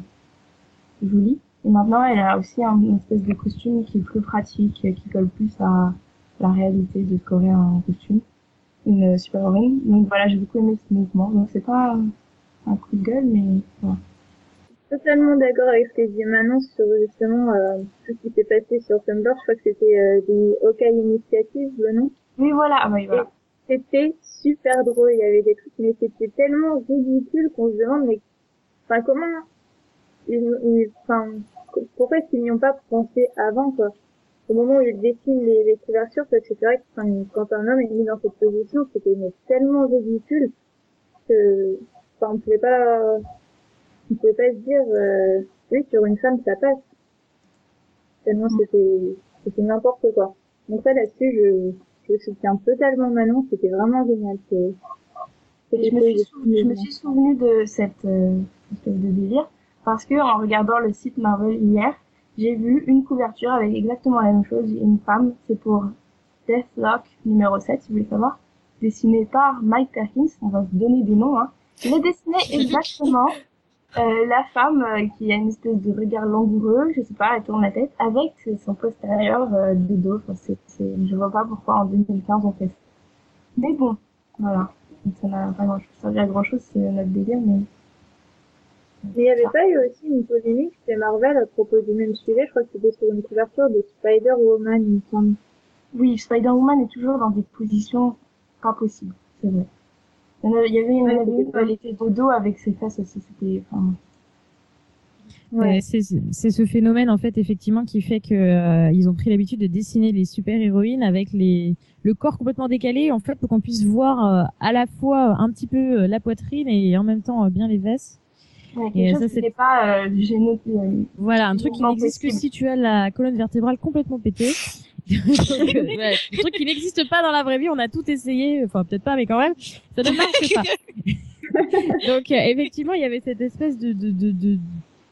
joli. Et maintenant, elle a aussi une espèce de costume qui est plus pratique, qui colle plus à la réalité de ce qu'aurait un costume, une super-héroïne. Donc voilà, j'ai beaucoup aimé ce mouvement. Donc c'est pas un coup de gueule, mais voilà. Totalement d'accord avec ce que dit Manon sur justement tout ce qui s'est passé sur Tumblr. Je crois que c'était des Hawkeye Initiative, le nom. Oui, voilà. Ah, oui, voilà. C'était super drôle. Il y avait des trucs, mais c'était tellement ridicule qu'on se demande, mais enfin comment pourquoi est-ce qu'ils n'y ont pas pensé avant, quoi? Au moment où ils dessinent les couvertures, parce que c'est vrai que quand un homme est mis dans cette position, c'était tellement ridicule que on pouvait pas se dire oui, sur une femme ça passe. Tellement c'était n'importe quoi. Donc ça, là-dessus, je soutiens totalement Manon, c'était vraiment génial. Je me suis souvenu de cette espèce de délire parce que en regardant le site Marvel hier, j'ai vu une couverture avec exactement la même chose, une femme, c'est pour Deathlock numéro 7, si vous voulez savoir, dessiné par Mike Perkins, on va se donner des noms, hein. Il a dessiné exactement la femme qui a une espèce de regard langoureux, je sais pas, elle tourne la tête, avec son postérieur de dos. Enfin, je vois pas pourquoi en 2015 on fait ça. Mais bon, voilà. Donc, ça n'a pas servi à grand chose, c'est notre délire, mais... Mais il n'y avait pas eu aussi une polémique chez Marvel à propos du même sujet, je crois que c'était sur une couverture de Spider-Woman, il me semble. Oui, Spider-Woman est toujours dans des positions pas possibles, c'est vrai. Il y avait une, elle était de dos avec ses fesses aussi, c'était, enfin... Ouais. C'est ce phénomène en fait effectivement qui fait que ils ont pris l'habitude de dessiner les super-héroïnes avec le corps complètement décalé en fait pour qu'on puisse voir à la fois un petit peu la poitrine et en même temps bien les fesses. Ouais, quelque chose qui n'est pas voilà, un truc qui n'existe que si tu as la colonne vertébrale complètement pétée. Donc, ouais, un truc qui n'existe pas dans la vraie vie, on a tout essayé, enfin peut-être pas mais quand même, ça ne marche pas. Donc effectivement, il y avait cette espèce de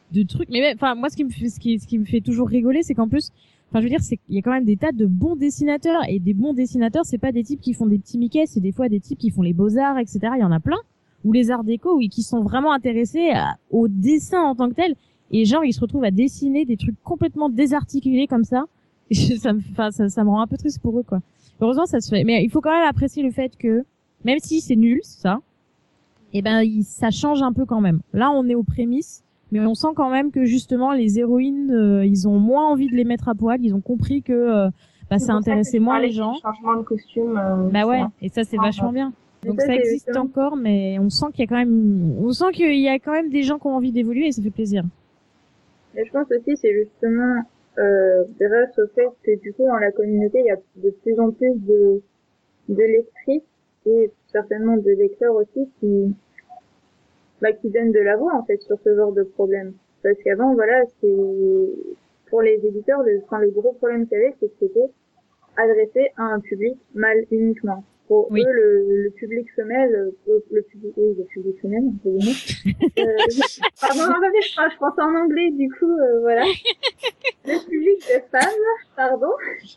de trucs. Mais enfin, moi, ce qui me fait toujours rigoler, c'est qu'en plus, enfin, je veux dire, c'est qu'il y a quand même des tas de bons dessinateurs, et des bons dessinateurs, c'est pas des types qui font des petits Mickey, c'est des fois des types qui font les beaux-arts, etc. Il y en a plein, ou les arts déco, qui sont vraiment intéressés au dessin en tant que tel, et genre, ils se retrouvent à dessiner des trucs complètement désarticulés comme ça. Et ça me rend un peu triste pour eux, quoi. Heureusement, ça se fait. Mais il faut quand même apprécier le fait que, même si c'est nul, ça, eh ben, ça change un peu quand même. Là, on est aux prémices, mais on sent quand même que justement, les héroïnes, ils ont moins envie de les mettre à poil. Ils ont compris que, ça intéressait moins les gens. Changement de costume. Bah ouais. Et ça, c'est vachement bien. Donc ça existe encore, mais on sent qu'il y a quand même des gens qui ont envie d'évoluer et ça fait plaisir. Et je pense aussi, c'est justement, grâce au fait que du coup, dans la communauté, il y a de plus en plus de lectrices et certainement de lecteurs aussi qui donnent de la voix, en fait, sur ce genre de problème. Parce qu'avant, voilà, pour les éditeurs, le gros problème qu'il y avait, c'est que c'était adressé à un public mâle uniquement. Pour eux, le public femelle, le public femelle, entre guillemets. Pardon, je pense en anglais, du coup, voilà. Le public de femmes, pardon.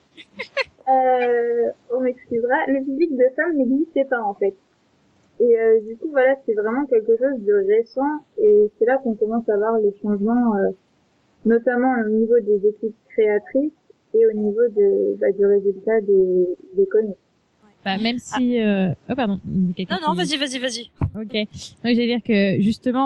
On m'excusera. Le public de femmes n'existait pas, en fait. Et du coup, voilà, c'est vraiment quelque chose de récent, et c'est là qu'on commence à voir les changements, notamment au niveau des équipes créatrices et au niveau du résultat des comics. Bah, même si oh pardon, non, vas-y. OK. Donc j'allais dire que justement,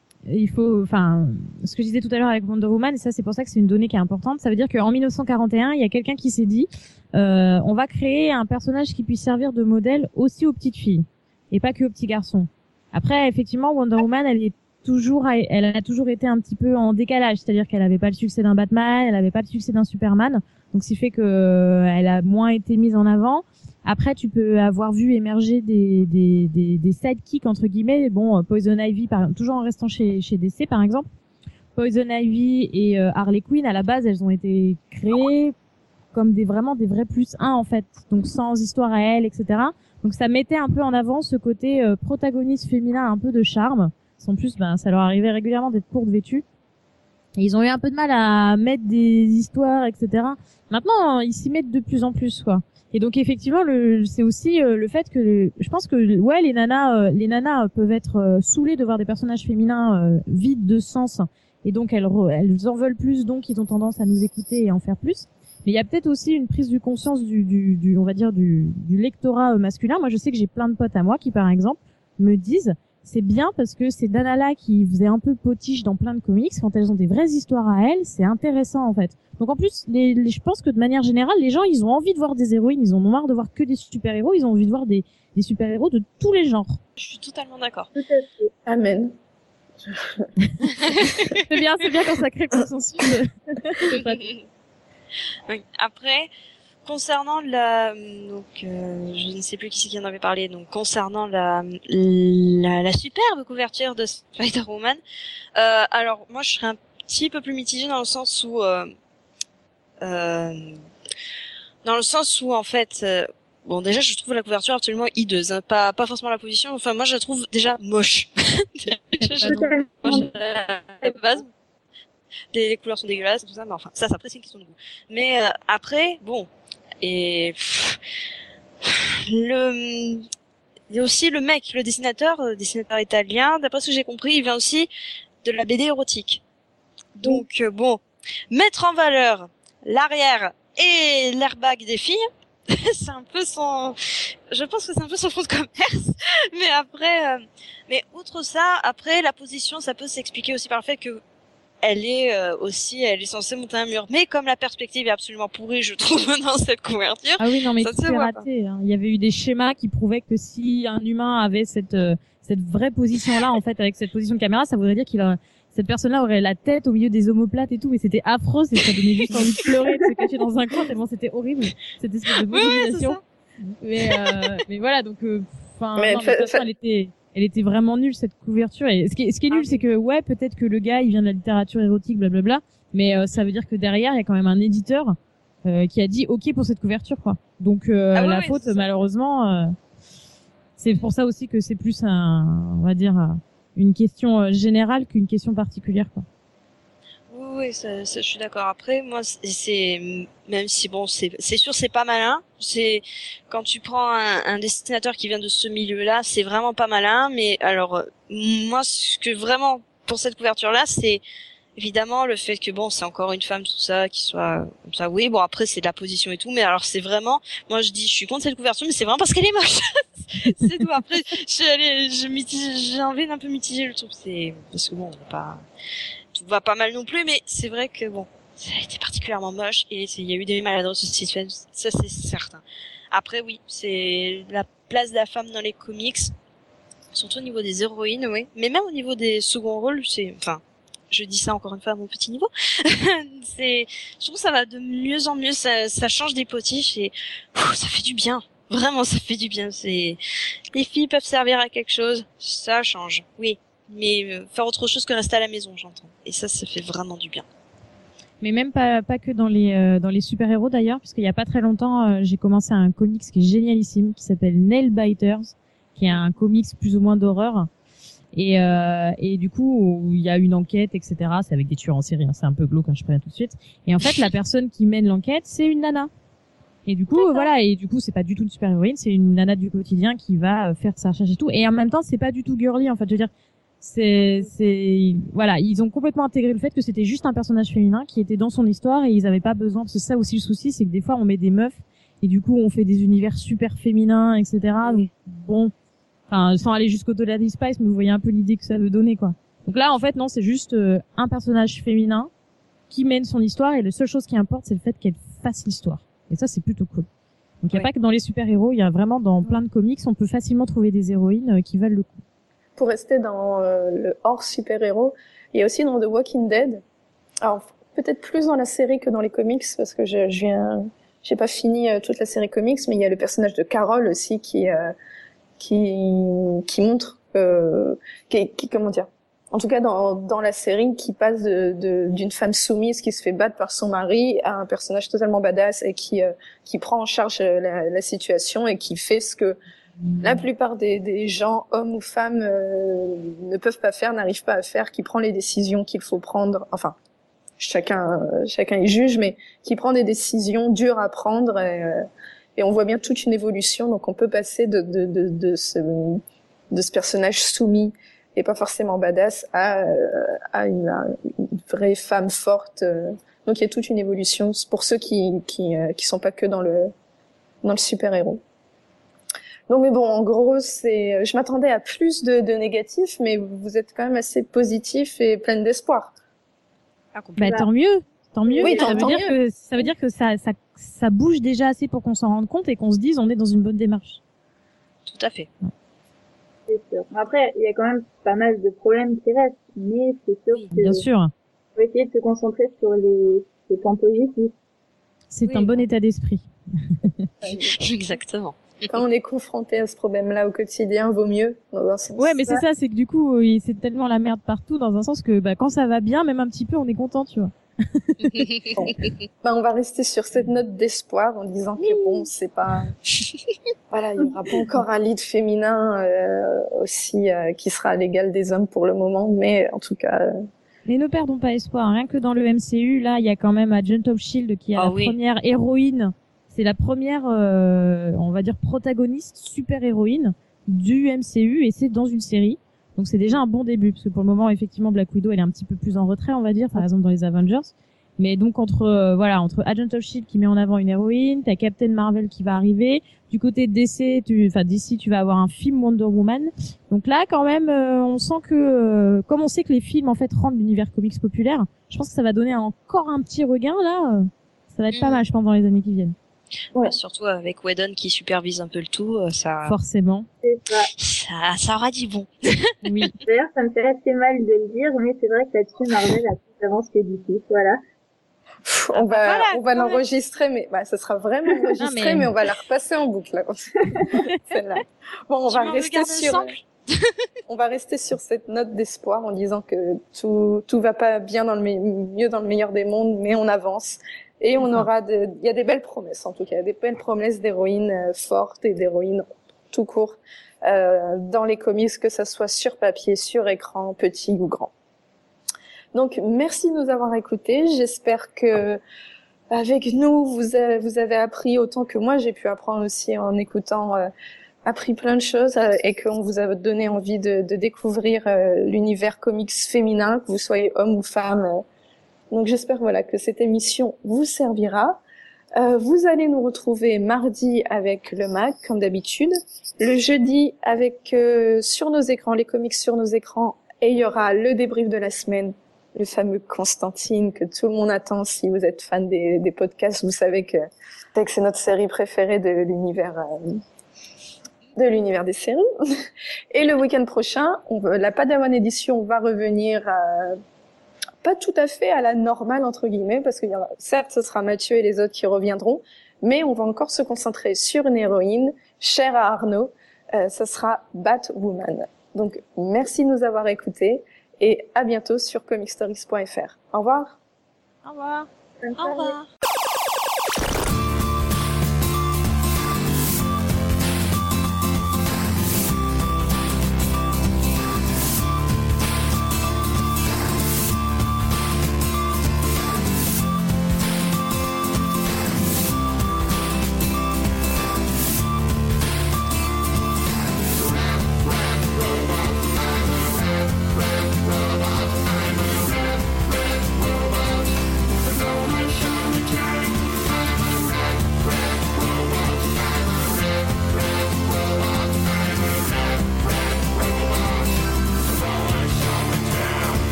ce que je disais tout à l'heure avec Wonder Woman, et ça c'est pour ça que c'est une donnée qui est importante, ça veut dire qu'en 1941, il y a quelqu'un qui s'est dit on va créer un personnage qui puisse servir de modèle aussi aux petites filles et pas que aux petits garçons. Après effectivement Wonder Woman, elle a toujours été un petit peu en décalage, c'est-à-dire qu'elle avait pas le succès d'un Batman, elle avait pas le succès d'un Superman, donc ce qui fait que elle a moins été mise en avant. Après, tu peux avoir vu émerger des sidekicks entre guillemets. Bon, Poison Ivy, toujours en restant chez DC par exemple. Poison Ivy et Harley Quinn, à la base, elles ont été créées comme vraiment des vrais +1 en fait. Donc sans histoire à elles, etc. Donc ça mettait un peu en avant ce côté protagoniste féminin, un peu de charme. En plus, ça leur arrivait régulièrement d'être courtes vêtues. Et ils ont eu un peu de mal à mettre des histoires, etc. Maintenant, ils s'y mettent de plus en plus, quoi. Et donc effectivement, c'est aussi le fait que je pense que les nanas peuvent être saoulées de voir des personnages féminins vides de sens, et donc elles en veulent plus, donc ils ont tendance à nous écouter et en faire plus. Mais il y a peut-être aussi une prise de conscience on va dire du lectorat masculin. Moi, je sais que j'ai plein de potes à moi qui, par exemple, me disent c'est bien parce que ces nanas-là qui faisaient un peu potiche dans plein de comics, quand elles ont des vraies histoires à elles, c'est intéressant en fait. Donc en plus, je pense que de manière générale, les gens, ils ont envie de voir des héroïnes, ils en ont marre de voir que des super-héros, ils ont envie de voir des super-héros de tous les genres. Je suis totalement d'accord. Tout à fait. Amen. C'est bien quand ça crée consensus. Oui. Après, concernant je ne sais plus qui en avait parlé, donc concernant la superbe couverture de Spider-Woman, alors moi je serais un petit peu plus mitigée dans le sens où en fait bon, déjà je trouve la couverture absolument hideuse, hein, pas forcément la position, enfin moi je la trouve déjà moche. À base, les couleurs sont dégueulasses tout ça, mais enfin ça après c'est une question de goût. Mais après bon, et il y a aussi le mec, le dessinateur italien, d'après ce que j'ai compris, il vient aussi de la BD érotique. Donc bon, mettre en valeur l'arrière et l'airbag des filles, c'est un peu je pense que c'est un peu son fond de commerce. Mais après, mais outre ça, après la position, ça peut s'expliquer aussi par le fait que elle est censée monter un mur. Mais comme la perspective est absolument pourrie, je trouve, dans cette couverture. Ah oui, non, mais c'est raté, hein. Il y avait eu des schémas qui prouvaient que si un humain avait cette vraie position-là, en fait, avec cette position de caméra, ça voudrait dire cette personne-là aurait la tête au milieu des omoplates et tout, et c'était affreux, ça donnait juste envie de pleurer, de se cacher dans un coin, tellement c'était horrible, cette espèce de modélisation. Mais voilà, donc, de toute façon, elle était vraiment nulle, cette couverture. Et ce qui est nul, c'est que, peut-être que le gars, il vient de la littérature érotique, blablabla, mais ça veut dire que derrière, il y a quand même un éditeur qui a dit OK pour cette couverture, quoi. Donc la faute, malheureusement, c'est pour ça aussi que c'est plus on va dire, une question générale qu'une question particulière, quoi. Oui, ça, je suis d'accord. Après, moi, même si bon, c'est sûr, c'est pas malin. C'est quand tu prends un dessinateur qui vient de ce milieu-là, c'est vraiment pas malin. Mais alors, moi, ce que vraiment pour cette couverture-là, c'est évidemment le fait que bon, c'est encore une femme, tout ça, qui soit comme ça. Oui, bon, après, c'est de la position et tout. Mais alors, c'est vraiment, moi, je dis, je suis contre cette couverture, mais c'est vraiment parce qu'elle est moche. C'est tout. Après, j'ai envie d'un peu mitiger le truc. C'est parce que bon, on va pas. Tout va pas mal non plus, mais c'est vrai que bon, ça a été particulièrement moche et il y a eu des maladresses aussi, ça c'est certain. Après oui, c'est la place de la femme dans les comics, surtout au niveau des héroïnes, oui, mais même au niveau des seconds rôles, enfin, je dis ça encore une fois à mon petit niveau, je trouve que ça va de mieux en mieux, ça change des potiches et ça fait du bien. Vraiment, ça fait du bien. Les filles peuvent servir à quelque chose, ça change, oui. Mais faire autre chose que rester à la maison, j'entends. Et ça fait vraiment du bien. Mais même pas que dans les super-héros d'ailleurs, puisqu'il y a pas très longtemps, j'ai commencé un comics qui est génialissime, qui s'appelle Nailbiters, qui est un comics plus ou moins d'horreur. Et du coup, il y a une enquête, etc. C'est avec des tueurs en série, hein. C'est un peu glauque, hein, je préviens tout de suite. Et en fait, la personne qui mène l'enquête, c'est une nana. Et du coup, voilà, et du coup, c'est pas du tout une super-héroïne, c'est une nana du quotidien qui va faire sa recherche et tout. Et en même temps, c'est pas du tout girly, en fait. Je veux dire, voilà, ils ont complètement intégré le fait que c'était juste un personnage féminin qui était dans son histoire et ils avaient pas besoin, parce que ça aussi le souci, c'est que des fois on met des meufs et du coup on fait des univers super féminins, etc. Donc bon, enfin, sans aller jusqu'au Totally Spice, mais vous voyez un peu l'idée que ça veut donner, quoi. Donc là, en fait, non, c'est juste un personnage féminin qui mène son histoire et la seule chose qui importe, c'est le fait qu'elle fasse l'histoire. Et ça, c'est plutôt cool. Donc il y a pas que dans les super-héros, il y a vraiment dans plein de comics, on peut facilement trouver des héroïnes qui valent le coup. Pour rester dans le hors super-héros, il y a aussi dans The Walking Dead, alors peut-être plus dans la série que dans les comics, parce que j'ai pas fini toute la série comics, mais il y a le personnage de Carol aussi qui montre comment dire, en tout cas dans la série, qui passe d'une femme soumise qui se fait battre par son mari à un personnage totalement badass et qui prend en charge la situation et qui fait ce que la plupart des gens, hommes ou femmes, ne peuvent pas faire, n'arrivent pas à faire, qui prend les décisions qu'il faut prendre. Enfin, chacun y juge, mais qui prend des décisions dures à prendre et on voit bien toute une évolution. Donc, on peut passer de ce personnage soumis et pas forcément badass à une vraie femme forte. Donc, il y a toute une évolution pour ceux qui sont pas que dans le super-héros. Donc, mais bon, en gros, je m'attendais à plus de négatifs, mais vous êtes quand même assez positif et plein d'espoir. Bah, tant mieux. Oui, ça veut dire que ça bouge déjà assez pour qu'on s'en rende compte et qu'on se dise on est dans une bonne démarche. Tout à fait. C'est sûr. Après, il y a quand même pas mal de problèmes qui restent, mais c'est sûr que bien sûr. faut essayer de se concentrer sur les points positifs. C'est un bon état d'esprit. Exactement. Quand on est confronté à ce problème-là au quotidien, vaut mieux, dans un sens. Ouais, mais c'est ça, c'est que du coup, c'est tellement la merde partout, dans un sens que, bah, quand ça va bien, même un petit peu, on est content, tu vois. Bon. Bah, on va rester sur cette note d'espoir en disant que bon, c'est pas, voilà, il y aura pas encore un lead féminin, aussi, qui sera à l'égal des hommes pour le moment, mais en tout cas, Mais ne perdons pas espoir. Rien que dans le MCU, là, il y a quand même Agent of Shield qui est la première héroïne. C'est la première, on va dire, protagoniste super héroïne du MCU et c'est dans une série. Donc c'est déjà un bon début parce que pour le moment, effectivement, Black Widow, elle est un petit peu plus en retrait, on va dire, par exemple dans les Avengers. Mais donc entre Agent of Shield qui met en avant une héroïne, t'as Captain Marvel qui va arriver. Du côté de DC, DC, tu vas avoir un film Wonder Woman. Donc là, quand même, on sent que, comme on sait que les films en fait rendent l'univers comics populaire, je pense que ça va donner encore un petit regain là. Ça va être pas mal, je pense, dans les années qui viennent. Ouais. Surtout avec Whedon qui supervise un peu le tout, ça. Forcément. C'est ça. Ça aura dit bon. Oui. D'ailleurs, ça me fait assez mal de le dire, mais c'est vrai que là-dessus, Marvel a plus d'avance que DC, voilà. On va l'enregistrer, mais ça sera vraiment enregistré, mais on va la repasser en boucle là. Celle-là. Bon, on va rester sur cette note d'espoir en disant que tout va pas bien mieux dans le meilleur des mondes, mais on avance et on aura il y a des belles promesses en tout cas, des belles promesses d'héroïnes fortes et d'héroïnes tout court dans les comics, que ça soit sur papier, sur écran, petit ou grand. Donc, merci de nous avoir écoutés. J'espère que avec nous, vous avez appris autant que moi, j'ai pu apprendre aussi en écoutant, appris plein de choses et qu'on vous a donné envie de découvrir l'univers comics féminin, que vous soyez homme ou femme. Donc, j'espère voilà que cette émission vous servira. Vous allez nous retrouver mardi avec le MAG, comme d'habitude. Le jeudi avec sur nos écrans, les comics sur nos écrans. Et il y aura le débrief de la semaine, le fameux Constantine que tout le monde attend. Si vous êtes fan des podcasts, vous savez que c'est notre série préférée de l'univers des séries. Et le week-end prochain, la Padawan Edition va revenir pas tout à fait à la normale entre guillemets, parce que certes ce sera Mathieu et les autres qui reviendront, mais on va encore se concentrer sur une héroïne chère à Arnaud. Ça sera Batwoman. Donc merci de nous avoir écoutés et à bientôt sur comicstories.fr. Au revoir. Au revoir. Bonne Au soirée. revoir.